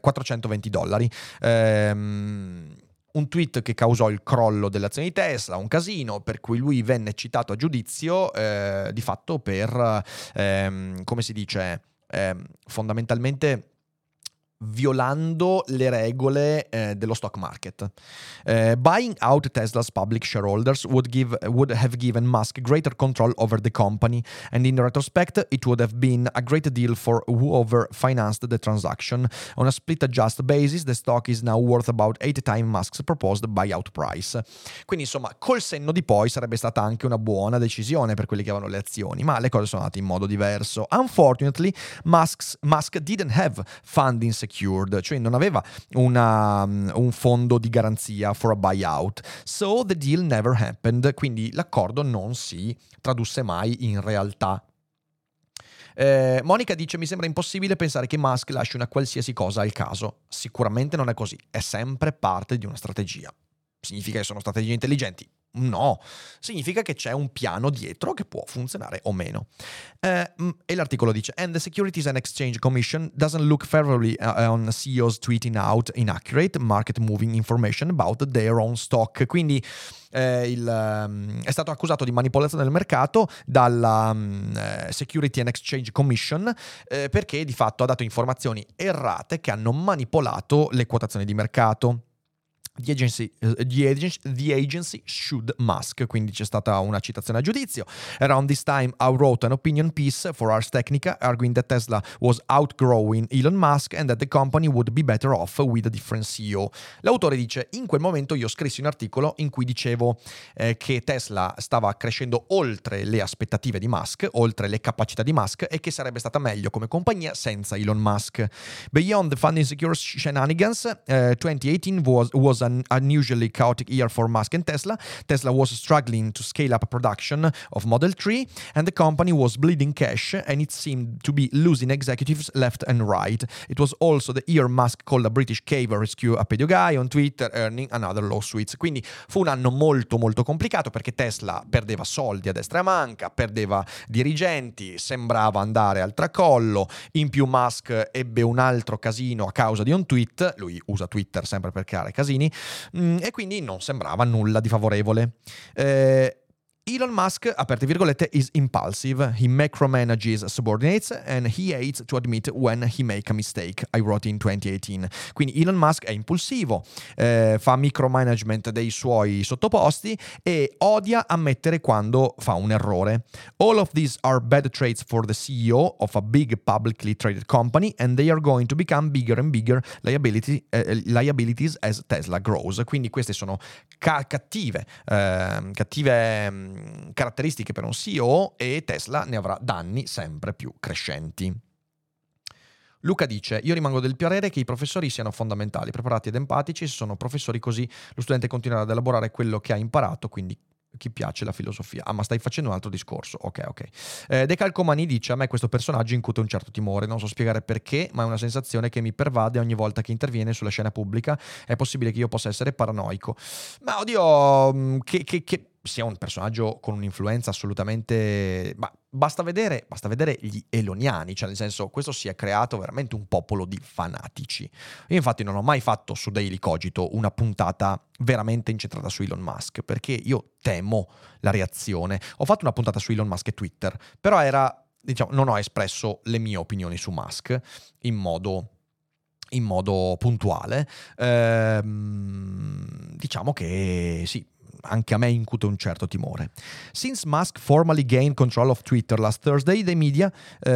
Speaker 1: $420. Un tweet che causò il crollo dell'azione di Tesla, un casino, per cui lui venne citato a giudizio di fatto per, come si dice, fondamentalmente violando le regole dello stock market. Buying out Tesla's public shareholders would have given Musk greater control over the company, and in retrospect it would have been a great deal for whoever financed the transaction. On a split adjust basis, the stock is now worth about 8 times Musk's proposed buyout price. Quindi insomma, col senno di poi sarebbe stata anche una buona decisione per quelli che avevano le azioni, ma le cose sono andate in modo diverso. Unfortunately, Musk didn't have funding secured, cioè non aveva un fondo di garanzia for a buyout, so the deal never happened, quindi l'accordo non si tradusse mai in realtà. Monica dice: mi sembra impossibile pensare che Musk lasci una qualsiasi cosa al caso. Sicuramente non è così, è sempre parte di una strategia. Significa che sono strategie intelligenti? No, significa che c'è un piano dietro che può funzionare o meno. E l'articolo dice: And the Securities and Exchange Commission doesn't look favorably on CEOs tweeting out inaccurate market moving information about their own stock. Quindi è stato accusato di manipolazione del mercato dalla Security and Exchange Commission perché di fatto ha dato informazioni errate che hanno manipolato le quotazioni di mercato. The agency should Musk, quindi c'è stata una citazione a giudizio. Around this time I wrote an opinion piece for Ars Technica arguing that Tesla was outgrowing Elon Musk and that the company would be better off with a different CEO. L'autore dice: in quel momento io scrissi un articolo in cui dicevo che Tesla stava crescendo oltre le aspettative di Musk, oltre le capacità di Musk, e che sarebbe stata meglio come compagnia senza Elon Musk. Beyond the funding secure shenanigans, 2018 was an unusually chaotic year for Musk and Tesla. Tesla was struggling to scale up production of Model 3 and the company was bleeding cash and it seemed to be losing executives left and right. It was also the year Musk called a British cave rescue a pedio guy on Twitter, earning another lawsuits. Quindi fu un anno molto molto complicato perché Tesla perdeva soldi a destra e a manca, perdeva dirigenti, sembrava andare al tracollo, in più Musk ebbe un altro casino a causa di un tweet, lui usa Twitter sempre per creare casini, e quindi non sembrava nulla di favorevole. Elon Musk, aperte virgolette, is impulsive. He micromanages subordinates and he hates to admit when he make a mistake. I wrote in 2018. Quindi Elon Musk è impulsivo, fa micromanagement dei suoi sottoposti e odia ammettere quando fa un errore. All of these are bad traits for the CEO of a big publicly traded company and they are going to become bigger and bigger liabilities as Tesla grows. Quindi queste sono cattive caratteristiche per un CEO e Tesla ne avrà danni sempre più crescenti. Luca dice: io rimango del parere che i professori siano fondamentali, preparati ed empatici. Se sono professori così lo studente continuerà ad elaborare quello che ha imparato, quindi chi piace la filosofia. Ah, ma stai facendo un altro discorso. Ok. Decalcomani dice: a me questo personaggio incute un certo timore, non so spiegare perché, ma è una sensazione che mi pervade ogni volta che interviene sulla scena pubblica. È possibile che io possa essere paranoico, ma oddio, che sia un personaggio con un'influenza assolutamente... Basta vedere gli eloniani, cioè nel senso, questo si è creato veramente un popolo di fanatici. Io infatti non ho mai fatto su Daily Cogito una puntata veramente incentrata su Elon Musk, perché io temo la reazione. Ho fatto una puntata su Elon Musk e Twitter, però non ho espresso le mie opinioni su Musk in modo puntuale. Diciamo che sì, anche a me incute un certo timore. Since Musk formally gained control of Twitter last Thursday, the media...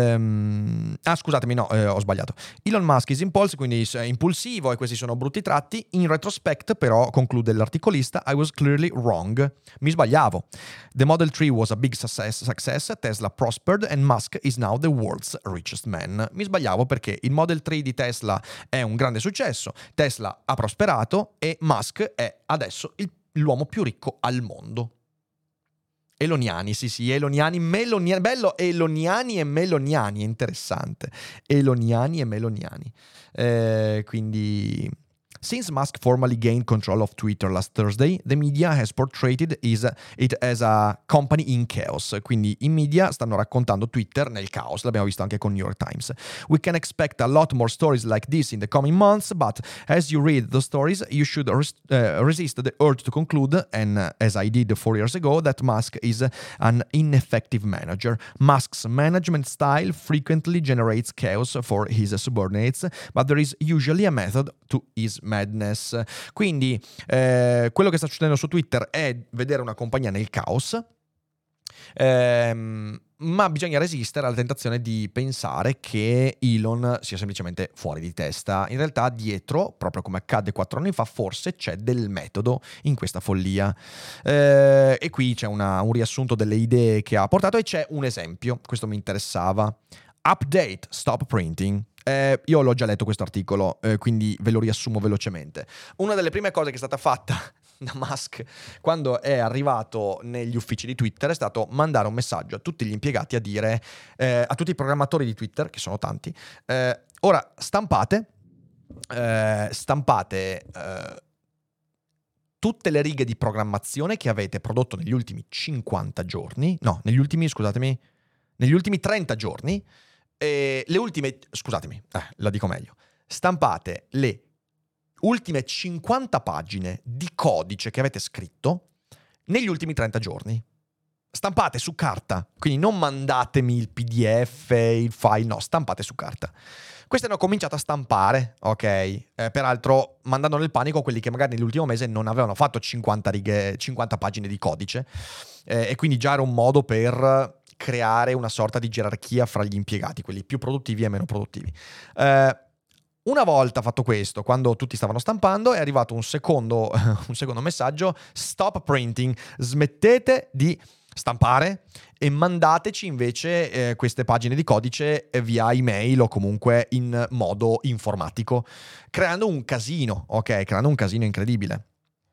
Speaker 1: ho sbagliato. Elon Musk is impulsive, quindi è impulsivo e questi sono brutti tratti. In retrospect, però, conclude l'articolista, I was clearly wrong. Mi sbagliavo. The Model 3 was a big success, Tesla prospered and Musk is now the world's richest man. Mi sbagliavo perché il Model 3 di Tesla è un grande successo, Tesla ha prosperato e Musk è adesso l'uomo più ricco al mondo. Eloniani, sì, eloniani, meloniani, bello, eloniani e meloniani, interessante. Eloniani e meloniani. Quindi... Since Musk formally gained control of Twitter last Thursday, the media has portrayed it as a company in chaos. Quindi i media stanno raccontando Twitter nel caos, l'abbiamo visto anche con New York Times. We can expect a lot more stories like this in the coming months, but as you read the stories, you should resist the urge to conclude, and as I did 4 years ago, that Musk is an ineffective manager. Musk's management style frequently generates chaos for his subordinates, but there is usually a method to his madness. Quindi quello che sta succedendo su Twitter è vedere una compagnia nel caos, ma bisogna resistere alla tentazione di pensare che Elon sia semplicemente fuori di testa. In realtà dietro, proprio come accadde 4 anni fa, forse c'è del metodo in questa follia. E qui c'è un riassunto delle idee che ha portato e c'è un esempio, questo mi interessava. Update, stop printing. Io l'ho già letto questo articolo, quindi ve lo riassumo velocemente. Una delle prime cose che è stata fatta da Musk quando è arrivato negli uffici di Twitter è stato mandare un messaggio a tutti gli impiegati a dire, a tutti i programmatori di Twitter, che sono tanti, ora stampate tutte le righe di programmazione che avete prodotto negli ultimi 50 giorni, no, negli ultimi 30 giorni, le ultime, scusatemi, la dico meglio, stampate le ultime 50 pagine di codice che avete scritto negli ultimi 30 giorni. Stampate su carta, quindi non mandatemi il PDF, il file, no, stampate su carta. Queste hanno cominciato a stampare, ok? Peraltro mandando nel panico quelli che magari nell'ultimo mese non avevano fatto 50 pagine di codice, e quindi già era un modo per creare una sorta di gerarchia fra gli impiegati, quelli più produttivi e meno produttivi. Una volta fatto questo, quando tutti stavano stampando, è arrivato un secondo messaggio: stop printing, smettete di stampare e mandateci invece queste pagine di codice via email o comunque in modo informatico, creando un casino, ok? Creando un casino incredibile.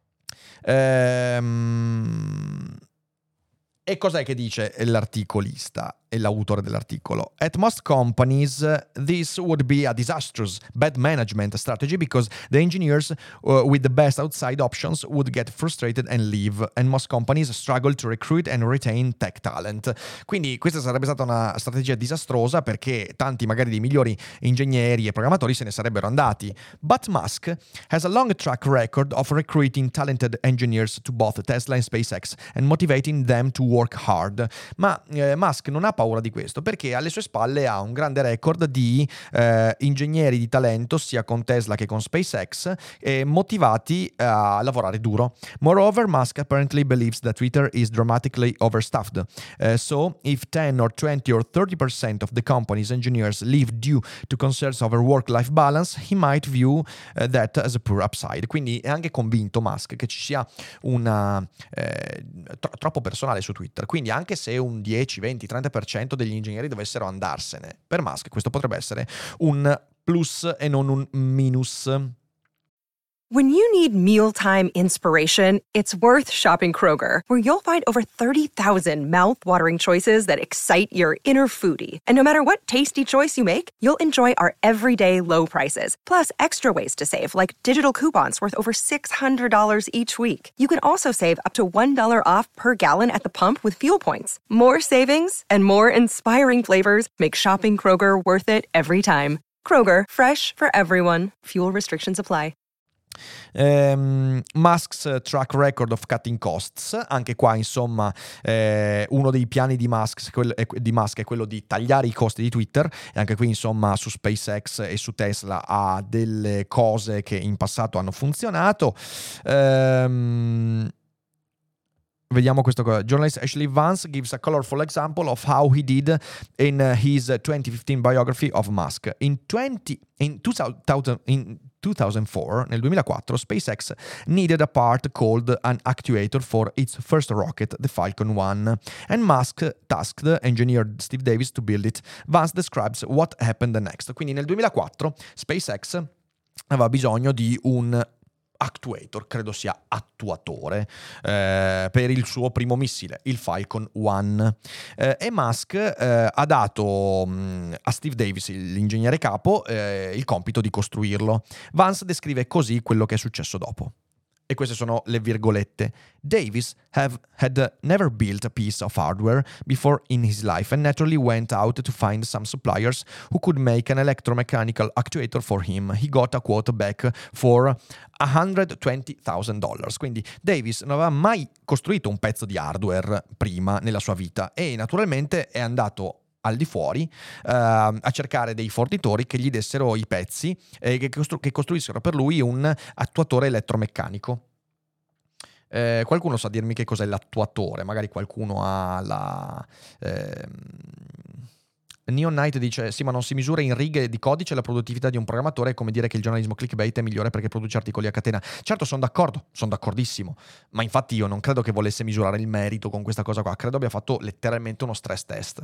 Speaker 1: E cos'è che dice l'articolista e l'autore dell'articolo? At most companies, this would be a disastrous bad management strategy because the engineers with the best outside options would get frustrated and leave, and most companies struggle to recruit and retain tech talent. Quindi questa sarebbe stata una strategia disastrosa perché tanti magari dei migliori ingegneri e programmatori se ne sarebbero andati. But Musk has a long track record of recruiting talented engineers to both Tesla and SpaceX and motivating them to work hard. Ma Musk non ha paura di questo perché alle sue spalle ha un grande record di ingegneri di talento sia con Tesla che con SpaceX, motivati a lavorare duro. Moreover, Musk apparently believes that Twitter is dramatically overstaffed. So if 10 or 20 or 30% of the company's engineers leave due to concerns over work-life balance, he might view that as a poor upside. Quindi è anche convinto Musk che ci sia una troppo personale su Twitter. Quindi anche se un 10, 20, 30% degli ingegneri dovessero andarsene, per Musk questo potrebbe essere un plus e non un minus.
Speaker 8: When you need mealtime inspiration, it's worth shopping Kroger, where you'll find over 30,000 mouth-watering choices that excite your inner foodie. And no matter what tasty choice you make, you'll enjoy our everyday low prices, plus extra ways to save, like digital coupons worth over $600 each week. You can also save up to $1 off per gallon at the pump with fuel points. More savings and more inspiring flavors make shopping Kroger worth it every time. Kroger, fresh for everyone. Fuel restrictions apply.
Speaker 1: Musk's track record of cutting costs, anche qua insomma uno dei piani di Musk è quello di tagliare i costi di Twitter, e anche qui insomma su SpaceX e su Tesla ha delle cose che in passato hanno funzionato. Vediamo questo qua. Journalist Ashley Vance gives a colorful example of how he did in his 2015 biography of Musk. In 2004, nel 2004, SpaceX needed a part called an actuator for its first rocket, the Falcon 1, and Musk tasked engineer Steve Davis to build it. Vance describes what happened next. Quindi nel 2004 SpaceX aveva bisogno di un actuator, credo sia attuatore, per il suo primo missile, il Falcon 1, e Musk ha dato a Steve Davis, l'ingegnere capo, il compito di costruirlo. Vance descrive così quello che è successo dopo. E queste sono le virgolette. Davis had never built a piece of hardware before in his life and naturally went out to find some suppliers who could make an electromechanical actuator for him. He got a quote back for $120,000. Quindi Davis non aveva mai costruito un pezzo di hardware prima nella sua vita e naturalmente è andato al di fuori a cercare dei fornitori che gli dessero i pezzi e che costruissero per lui un attuatore elettromeccanico. Qualcuno sa dirmi che cos'è l'attuatore? Magari qualcuno ha la... Neon Knight dice: sì, ma non si misura in righe di codice la produttività di un programmatore, è come dire che il giornalismo clickbait è migliore perché produce articoli a catena. Certo, sono d'accordo, sono d'accordissimo, ma infatti io non credo che volesse misurare il merito con questa cosa qua, credo abbia fatto letteralmente uno stress test.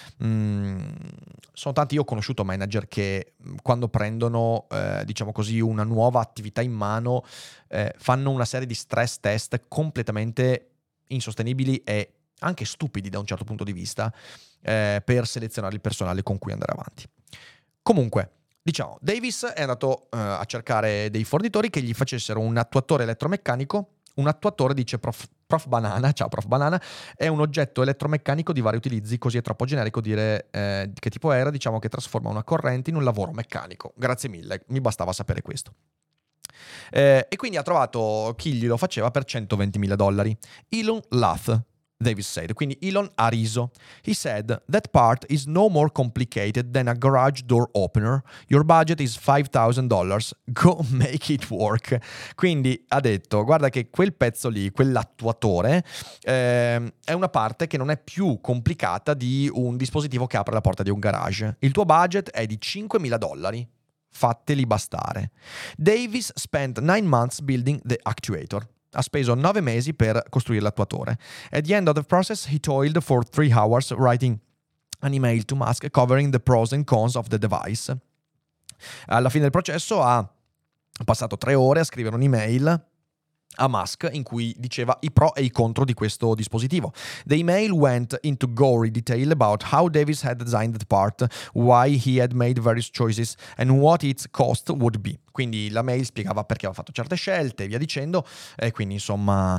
Speaker 1: Sono tanti, io ho conosciuto manager che quando prendono diciamo così una nuova attività in mano fanno una serie di stress test completamente insostenibili e anche stupidi da un certo punto di vista, per selezionare il personale con cui andare avanti. Comunque, diciamo, Davis è andato a cercare dei fornitori che gli facessero un attuatore elettromeccanico Un attuatore, dice Prof Banana, ciao Prof Banana, è un oggetto elettromeccanico di vari utilizzi, così è troppo generico dire che tipo era, diciamo che trasforma una corrente in un lavoro meccanico. Grazie mille, mi bastava sapere questo. E quindi ha trovato chi glielo faceva per $120,000. Elon Lath, Davis said. Quindi Elon ha riso. He said, that part is no more complicated than a garage door opener. Your budget is $5,000. Go make it work. Quindi ha detto, guarda che quel pezzo lì, quell'attuatore, è una parte che non è più complicata di un dispositivo che apre la porta di un garage. Il tuo budget è di $5,000. Fateli bastare. Davis spent 9 months building the actuator. Ha speso 9 mesi per costruire l'attuatore. At the end of the process, he toiled for 3 hours writing an email to Musk covering the pros and cons of the device. Alla fine del processo ha passato 3 ore a scrivere un'email a Musk in cui diceva i pro e i contro di questo dispositivo. The email went into gory detail about how Davis had designed the part, why he had made various choices and what its cost would be. Quindi la mail spiegava perché aveva fatto certe scelte e via dicendo, e quindi insomma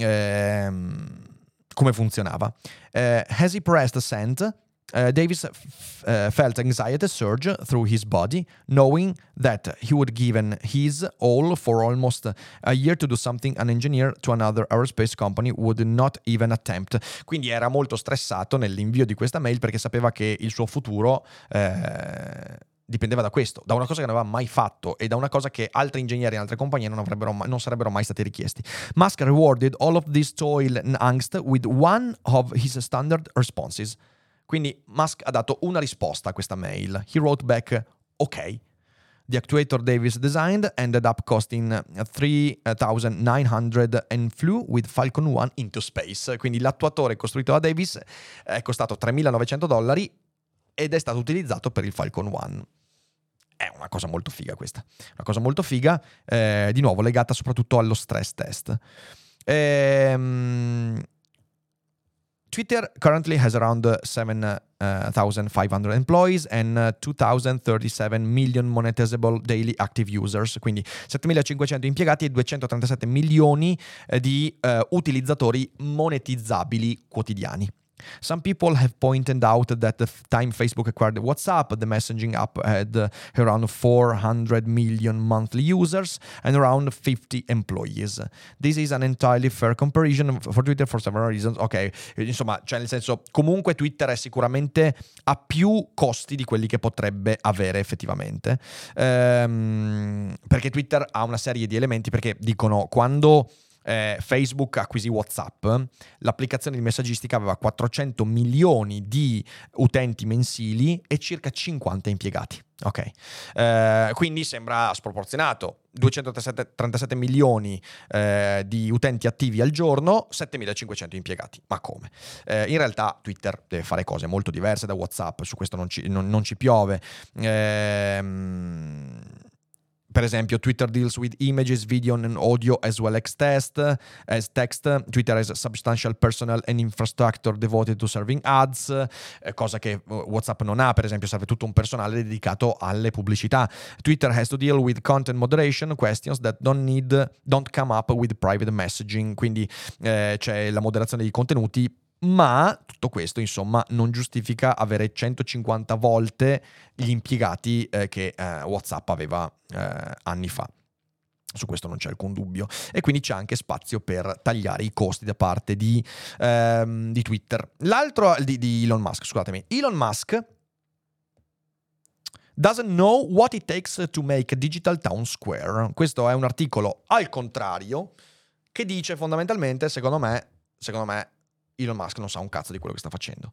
Speaker 1: come funzionava. As he pressed send, Davis felt anxiety surge through his body, knowing that he would given his all for almost a year to do something an engineer to another aerospace company would not even attempt. Quindi era molto stressato nell'invio di questa mail perché sapeva che il suo futuro dipendeva da questo, da una cosa che non aveva mai fatto e da una cosa che altri ingegneri in altre compagnie non sarebbero mai stati richiesti. Musk rewarded all of this toil and angst with one of his standard responses. Quindi Musk ha dato una risposta a questa mail. He wrote back, ok. The actuator Davis designed ended up costing $3,900 and flew with Falcon 1 into space. Quindi l'attuatore costruito da Davis è costato $3,900 ed è stato utilizzato per il Falcon 1. È una cosa molto figa questa. Una cosa molto figa, di nuovo legata soprattutto allo stress test. Twitter currently has around 7,500 employees and 2,037 million monetizable daily active users, quindi 7.500 impiegati e 237 milioni di utilizzatori monetizzabili quotidiani. Some people have pointed out that the time Facebook acquired WhatsApp, the messaging app had around 400 million monthly users and around 50 employees. This is an entirely fair comparison for Twitter for several reasons. Ok, insomma, cioè nel senso, comunque Twitter è sicuramente a più costi di quelli che potrebbe avere effettivamente, perché Twitter ha una serie di elementi, perché dicono quando Facebook acquisì WhatsApp, l'applicazione di messaggistica aveva 400 milioni di utenti mensili e circa 50 impiegati. Ok, quindi sembra sproporzionato. 237 milioni di utenti attivi al giorno, 7.500 impiegati. Ma come? In realtà Twitter deve fare cose molto diverse da WhatsApp, su questo non ci piove. Per esempio, Twitter deals with images, video and audio as well as text. Twitter has substantial personnel and infrastructure devoted to serving ads, cosa che WhatsApp non ha. Per esempio, serve tutto un personale dedicato alle pubblicità. Twitter has to deal with content moderation questions that don't come up with private messaging. Quindi c'è la moderazione dei contenuti, ma tutto questo, insomma, non giustifica avere 150 volte gli impiegati che WhatsApp aveva anni fa. Su questo non c'è alcun dubbio. E quindi c'è anche spazio per tagliare i costi da parte di Twitter. L'altro, di Elon Musk, scusatemi. Elon Musk doesn't know what it takes to make a digital town square. Questo è un articolo al contrario che dice fondamentalmente, secondo me, Elon Musk non sa un cazzo di quello che sta facendo.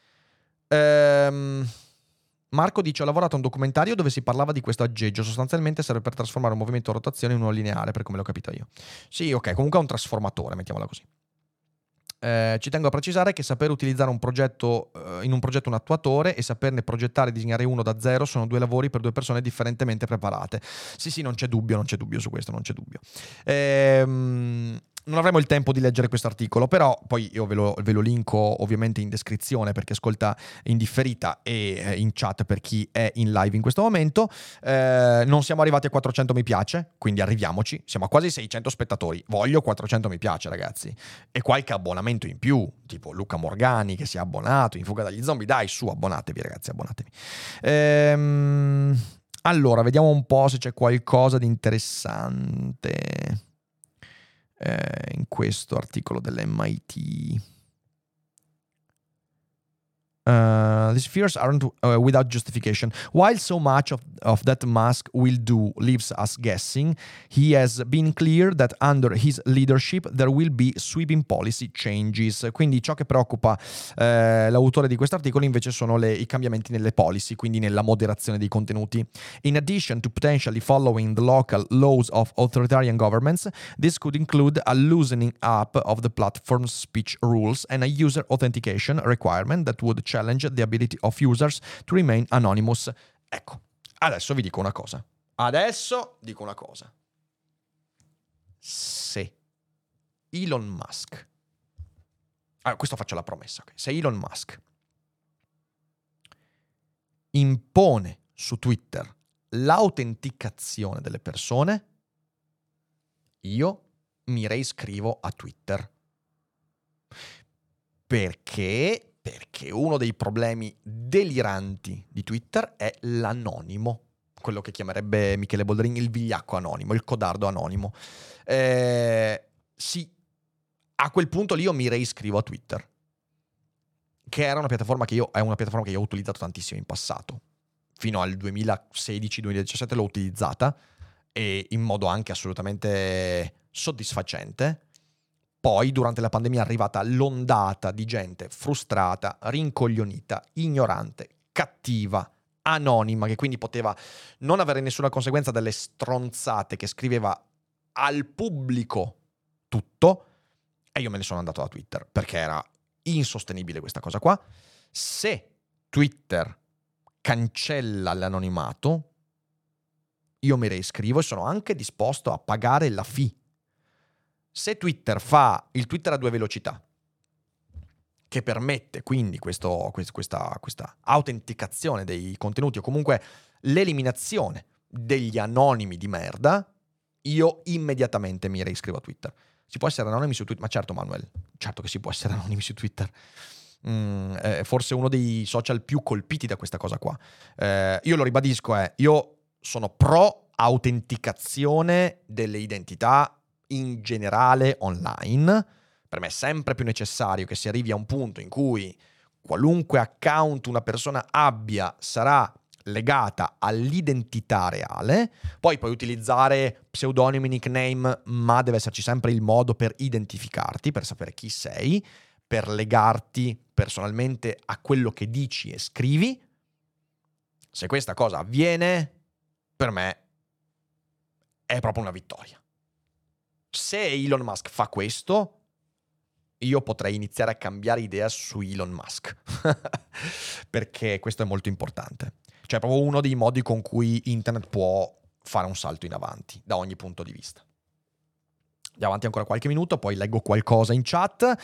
Speaker 1: Marco dice: ho lavorato a un documentario dove si parlava di questo aggeggio. Sostanzialmente serve per trasformare un movimento a rotazione in uno lineare, per come l'ho capito io. Sì, ok, comunque è un trasformatore, mettiamola così. Ci tengo a precisare che saper utilizzare in un progetto un attuatore e saperne progettare e disegnare uno da zero sono 2 lavori per 2 persone differentemente preparate. Sì, non c'è dubbio su questo, non c'è dubbio. non avremo il tempo di leggere questo articolo, però poi io ve lo linko ovviamente in descrizione per chi ascolta in differita e in chat per chi è in live in questo momento. Non siamo arrivati a 400 mi piace, quindi arriviamoci. Siamo a quasi 600 spettatori. Voglio 400 mi piace, ragazzi. E qualche abbonamento in più, tipo Luca Morgani che si è abbonato in Fuga dagli zombie. Dai, su, abbonatevi, ragazzi, abbonatevi. Allora, vediamo un po' se c'è qualcosa di interessante in questo articolo dell'MIT. These fears aren't without justification. While so much of that Musk will do leaves us guessing, he has been clear that under his leadership there will be sweeping policy changes. Quindi ciò che preoccupa l'autore di questo articolo invece sono i cambiamenti nelle policy, quindi nella moderazione dei contenuti. In addition to potentially following the local laws of authoritarian governments, this could include a loosening up of the platform's speech rules and a user authentication requirement that would challenge the ability of users to remain anonymous. Ecco, adesso vi dico una cosa. Se Elon Musk... Allora, questo faccio la promessa. Okay? Se Elon Musk impone su Twitter l'autenticazione delle persone, io mi reiscrivo a Twitter. Perché uno dei problemi deliranti di Twitter è l'anonimo, quello che chiamerebbe Michele Boldrini il vigliacco anonimo, il codardo anonimo. Sì, a quel punto lì io mi reiscrivo a Twitter, che è una piattaforma che io ho utilizzato tantissimo in passato. Fino al 2016-2017 l'ho utilizzata, e in modo anche assolutamente soddisfacente. Poi, durante la pandemia, è arrivata l'ondata di gente frustrata, rincoglionita, ignorante, cattiva, anonima, che quindi poteva non avere nessuna conseguenza delle stronzate che scriveva al pubblico tutto, e io me ne sono andato da Twitter, perché era insostenibile questa cosa qua. Se Twitter cancella l'anonimato, io mi reiscrivo e sono anche disposto a pagare la fee. Se Twitter fa il Twitter a 2 velocità, che permette quindi questa autenticazione dei contenuti, o comunque l'eliminazione degli anonimi di merda, io immediatamente mi reiscrivo a Twitter. Si può essere anonimi su Twitter? Ma certo, Manuel, certo che si può essere anonimi su Twitter. È forse uno dei social più colpiti da questa cosa qua. Io lo ribadisco, io sono pro autenticazione delle identità in generale online. Per me è sempre più necessario che si arrivi a un punto in cui qualunque account una persona abbia sarà legata all'identità reale. Poi puoi utilizzare pseudonimi, nickname, ma deve esserci sempre il modo per identificarti, per sapere chi sei, per legarti personalmente a quello che dici e scrivi. Se questa cosa avviene, per me è proprio una vittoria. Se Elon Musk fa questo, io potrei iniziare a cambiare idea su Elon Musk, perché questo è molto importante. Cioè, è proprio uno dei modi con cui internet può fare un salto in avanti, da ogni punto di vista. Andiamo avanti ancora qualche minuto, poi leggo qualcosa in chat.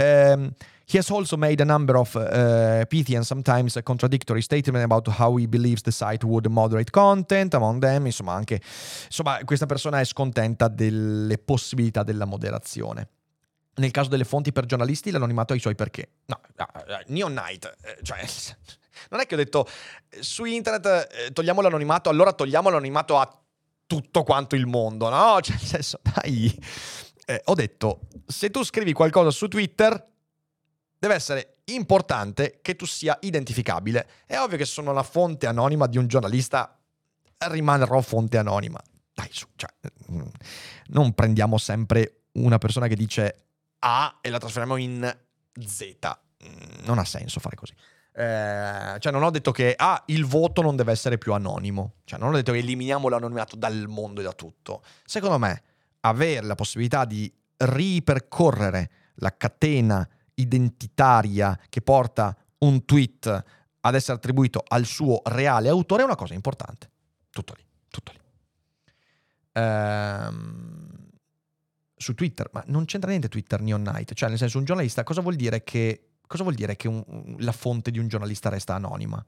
Speaker 1: He has also made a number of pithy and sometimes contradictory statements about how he believes the site would moderate content, among them. Insomma, questa persona è scontenta delle possibilità della moderazione. Nel caso delle fonti per giornalisti, l'anonimato ha i suoi perché. No, Neon Knight, cioè, non è che ho detto su internet togliamo l'anonimato, allora togliamo l'anonimato a tutto quanto il mondo, no? Cioè, nel senso, dai, ho detto, se tu scrivi qualcosa su Twitter, deve essere importante che tu sia identificabile. È ovvio che se sono la fonte anonima di un giornalista, rimarrò fonte anonima. Dai, su, cioè, non prendiamo sempre una persona che dice A e la trasferiamo in Z. Non ha senso fare così. Cioè, non ho detto che il voto non deve essere più anonimo. Cioè, non ho detto che eliminiamo l'anonimato dal mondo e da tutto. Secondo me, avere la possibilità di ripercorrere la catena identitaria che porta un tweet ad essere attribuito al suo reale autore è una cosa importante. Tutto lì. su Twitter, ma non c'entra niente Twitter Neon Night, cioè nel senso un giornalista, cosa vuol dire che la fonte di un giornalista resta anonima?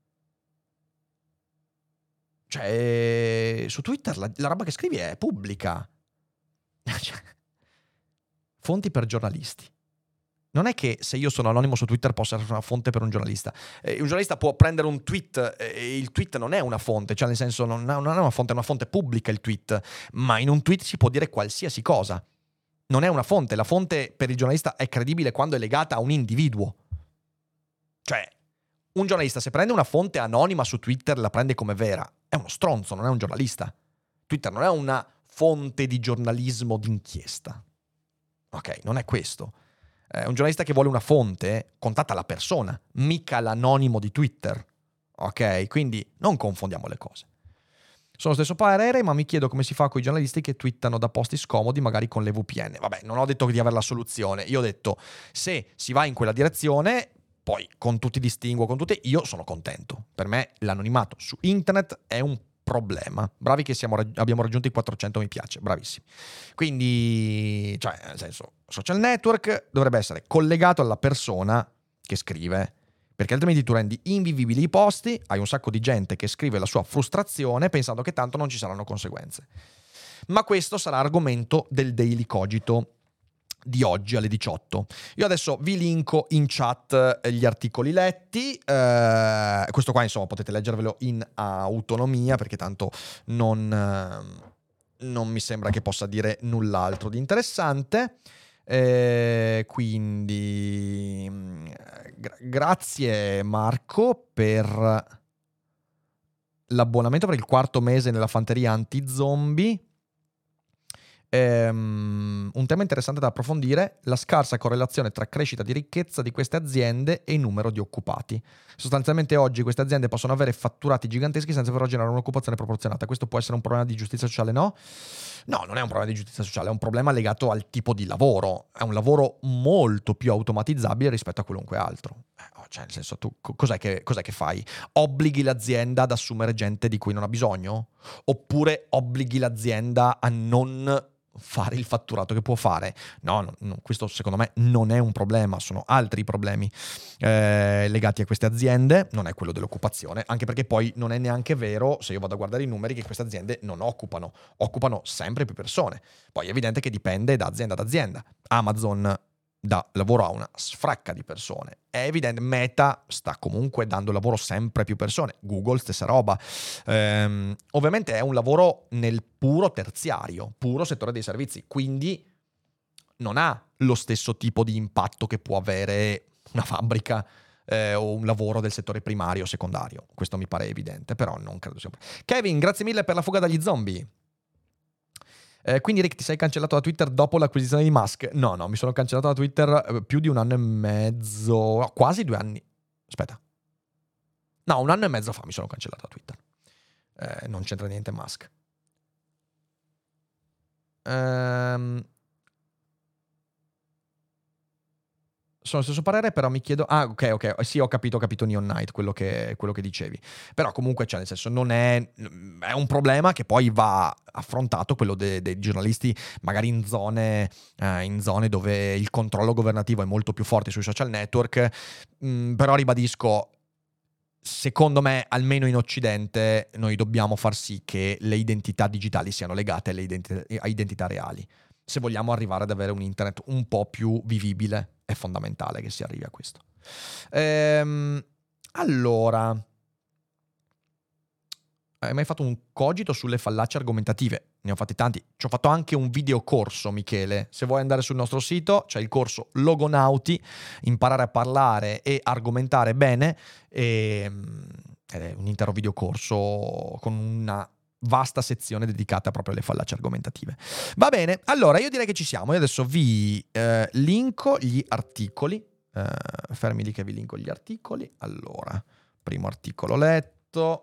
Speaker 1: Cioè su Twitter la roba che scrivi è pubblica. Cioè, fonti per giornalisti. Non è che se io sono anonimo su Twitter posso essere una fonte per un giornalista. Un giornalista può prendere un tweet e il tweet non è una fonte, cioè nel senso non è una fonte pubblica il tweet, ma in un tweet si può dire qualsiasi cosa. Non è una fonte, la fonte per il giornalista è credibile quando è legata a un individuo. Cioè, un giornalista se prende una fonte anonima su Twitter la prende come vera, è uno stronzo, non è un giornalista. Twitter non è una fonte di giornalismo d'inchiesta. Ok, non è questo. Un giornalista che vuole una fonte contatta la persona, mica l'anonimo di Twitter. Ok? Quindi non confondiamo le cose. Sono lo stesso parere, ma mi chiedo come si fa con i giornalisti che twittano da posti scomodi, magari con le VPN. Vabbè, non ho detto di avere la soluzione. Io ho detto, se si va in quella direzione, poi con tutti i distinguo, con tutte, io sono contento. Per me l'anonimato su internet è un problema. Bravi che abbiamo raggiunto i 400 mi piace, bravissimi. Quindi, cioè, nel senso, social network dovrebbe essere collegato alla persona che scrive, perché altrimenti tu rendi invivibili i posti, hai un sacco di gente che scrive la sua frustrazione pensando che tanto non ci saranno conseguenze. Ma questo sarà argomento del Daily Cogito di oggi alle 18. Io adesso vi linko in chat gli articoli letti, questo qua insomma potete leggervelo in autonomia perché tanto non mi sembra che possa dire null'altro di interessante. Quindi grazie Marco per l'abbonamento per il 4º mese nella fanteria anti-zombie. Un tema interessante da approfondire: la scarsa correlazione tra crescita di ricchezza di queste aziende e il numero di occupati. Sostanzialmente oggi queste aziende possono avere fatturati giganteschi senza però generare un'occupazione proporzionata. Questo può essere un problema di giustizia sociale? No, non è un problema di giustizia sociale, è un problema legato al tipo di lavoro. È un lavoro molto più automatizzabile rispetto a qualunque altro. Cioè, nel senso, tu cos'è che fai? Obblighi l'azienda ad assumere gente di cui non ha bisogno? Oppure obblighi l'azienda a non fare il fatturato che può fare? No, questo secondo me non è un problema, sono altri problemi legati a queste aziende, non è quello dell'occupazione, anche perché poi non è neanche vero, se io vado a guardare i numeri, che queste aziende non occupano sempre più persone. Poi è evidente che dipende da azienda ad azienda. Amazon dà lavoro a una sfracca di persone, è evidente. Meta sta comunque dando lavoro a sempre più persone, Google stessa roba. Ovviamente è un lavoro nel puro terziario, puro settore dei servizi, quindi non ha lo stesso tipo di impatto che può avere una fabbrica o un lavoro del settore primario o secondario. Questo mi pare evidente, però non credo sia. Kevin, grazie mille per la fuga dagli zombie. Quindi Rick, ti sei cancellato da Twitter dopo l'acquisizione di Musk? No, mi sono cancellato da Twitter più di 1 anno e mezzo, quasi 2 anni. Aspetta. No, 1 anno e mezzo fa mi sono cancellato da Twitter. Non c'entra niente Musk. Sono lo stesso parere, però mi chiedo... Ah, ok, sì, ho capito Neon Night, quello che dicevi. Però comunque, cioè, nel senso, non è un problema che poi va affrontato, quello dei giornalisti, magari in zone dove il controllo governativo è molto più forte sui social network. Però ribadisco, secondo me, almeno in Occidente, noi dobbiamo far sì che le identità digitali siano legate a identità reali. Se vogliamo arrivare ad avere un internet un po' più vivibile, è fondamentale che si arrivi a questo. Allora, hai mai fatto un cogito sulle fallacie argomentative? Ne ho fatti tanti. Ci ho fatto anche un videocorso, Michele. Se vuoi andare sul nostro sito, c'è il corso Logonauti, imparare a parlare e argomentare bene. Ed è un intero videocorso con una vasta sezione dedicata proprio alle fallacie argomentative. Va bene, allora io direi che ci siamo. Io adesso vi linko gli articoli. Fermi lì che vi linko gli articoli. Allora, primo articolo letto.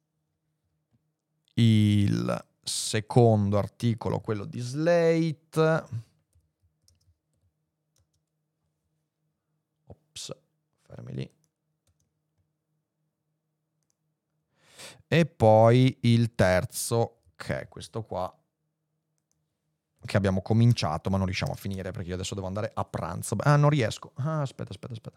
Speaker 1: Il secondo articolo, quello di Slate. Ops, fermi lì. E poi il terzo, che è questo qua, che abbiamo cominciato ma non riusciamo a finire perché io adesso devo andare a pranzo. Non riesco. Aspetta.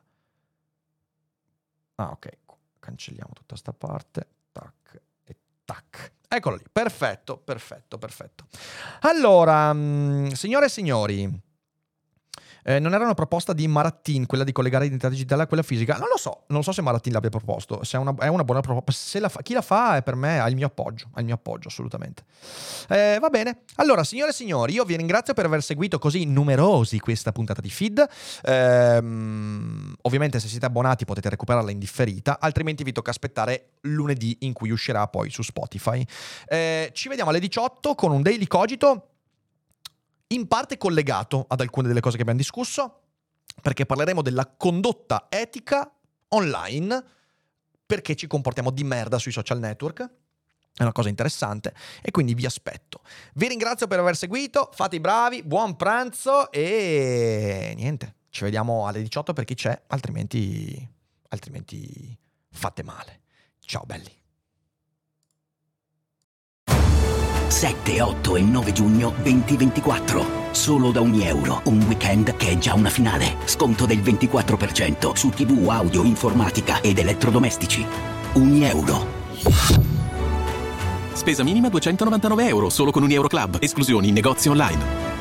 Speaker 1: Ok, cancelliamo tutta sta parte. Tac e tac. Eccolo lì, perfetto. Allora, signore e signori, non era una proposta di Marattin quella di collegare l'identità digitale a quella fisica? Non lo so se Marattin l'abbia proposto, se è una buona proposta, se chi la fa è per me ha il mio appoggio assolutamente. Va bene, allora signore e signori, io vi ringrazio per aver seguito così numerosi questa puntata di Feed. Ovviamente se siete abbonati potete recuperarla in differita, altrimenti vi tocca aspettare lunedì in cui uscirà poi su Spotify. Ci vediamo alle 18 con un Daily Cogito in parte collegato ad alcune delle cose che abbiamo discusso, perché parleremo della condotta etica online, perché ci comportiamo di merda sui social network. È una cosa interessante e quindi vi aspetto. Vi ringrazio per aver seguito, fate i bravi, buon pranzo e niente, ci vediamo alle 18 per chi c'è, altrimenti fate male. Ciao belli.
Speaker 9: 7, 8 e 9 giugno 2024. Solo da €1. Un weekend che è già una finale. Sconto del 24% su TV, audio, informatica ed elettrodomestici. €1.
Speaker 10: Spesa minima €299, solo con un Euroclub. Esclusioni in negozi online.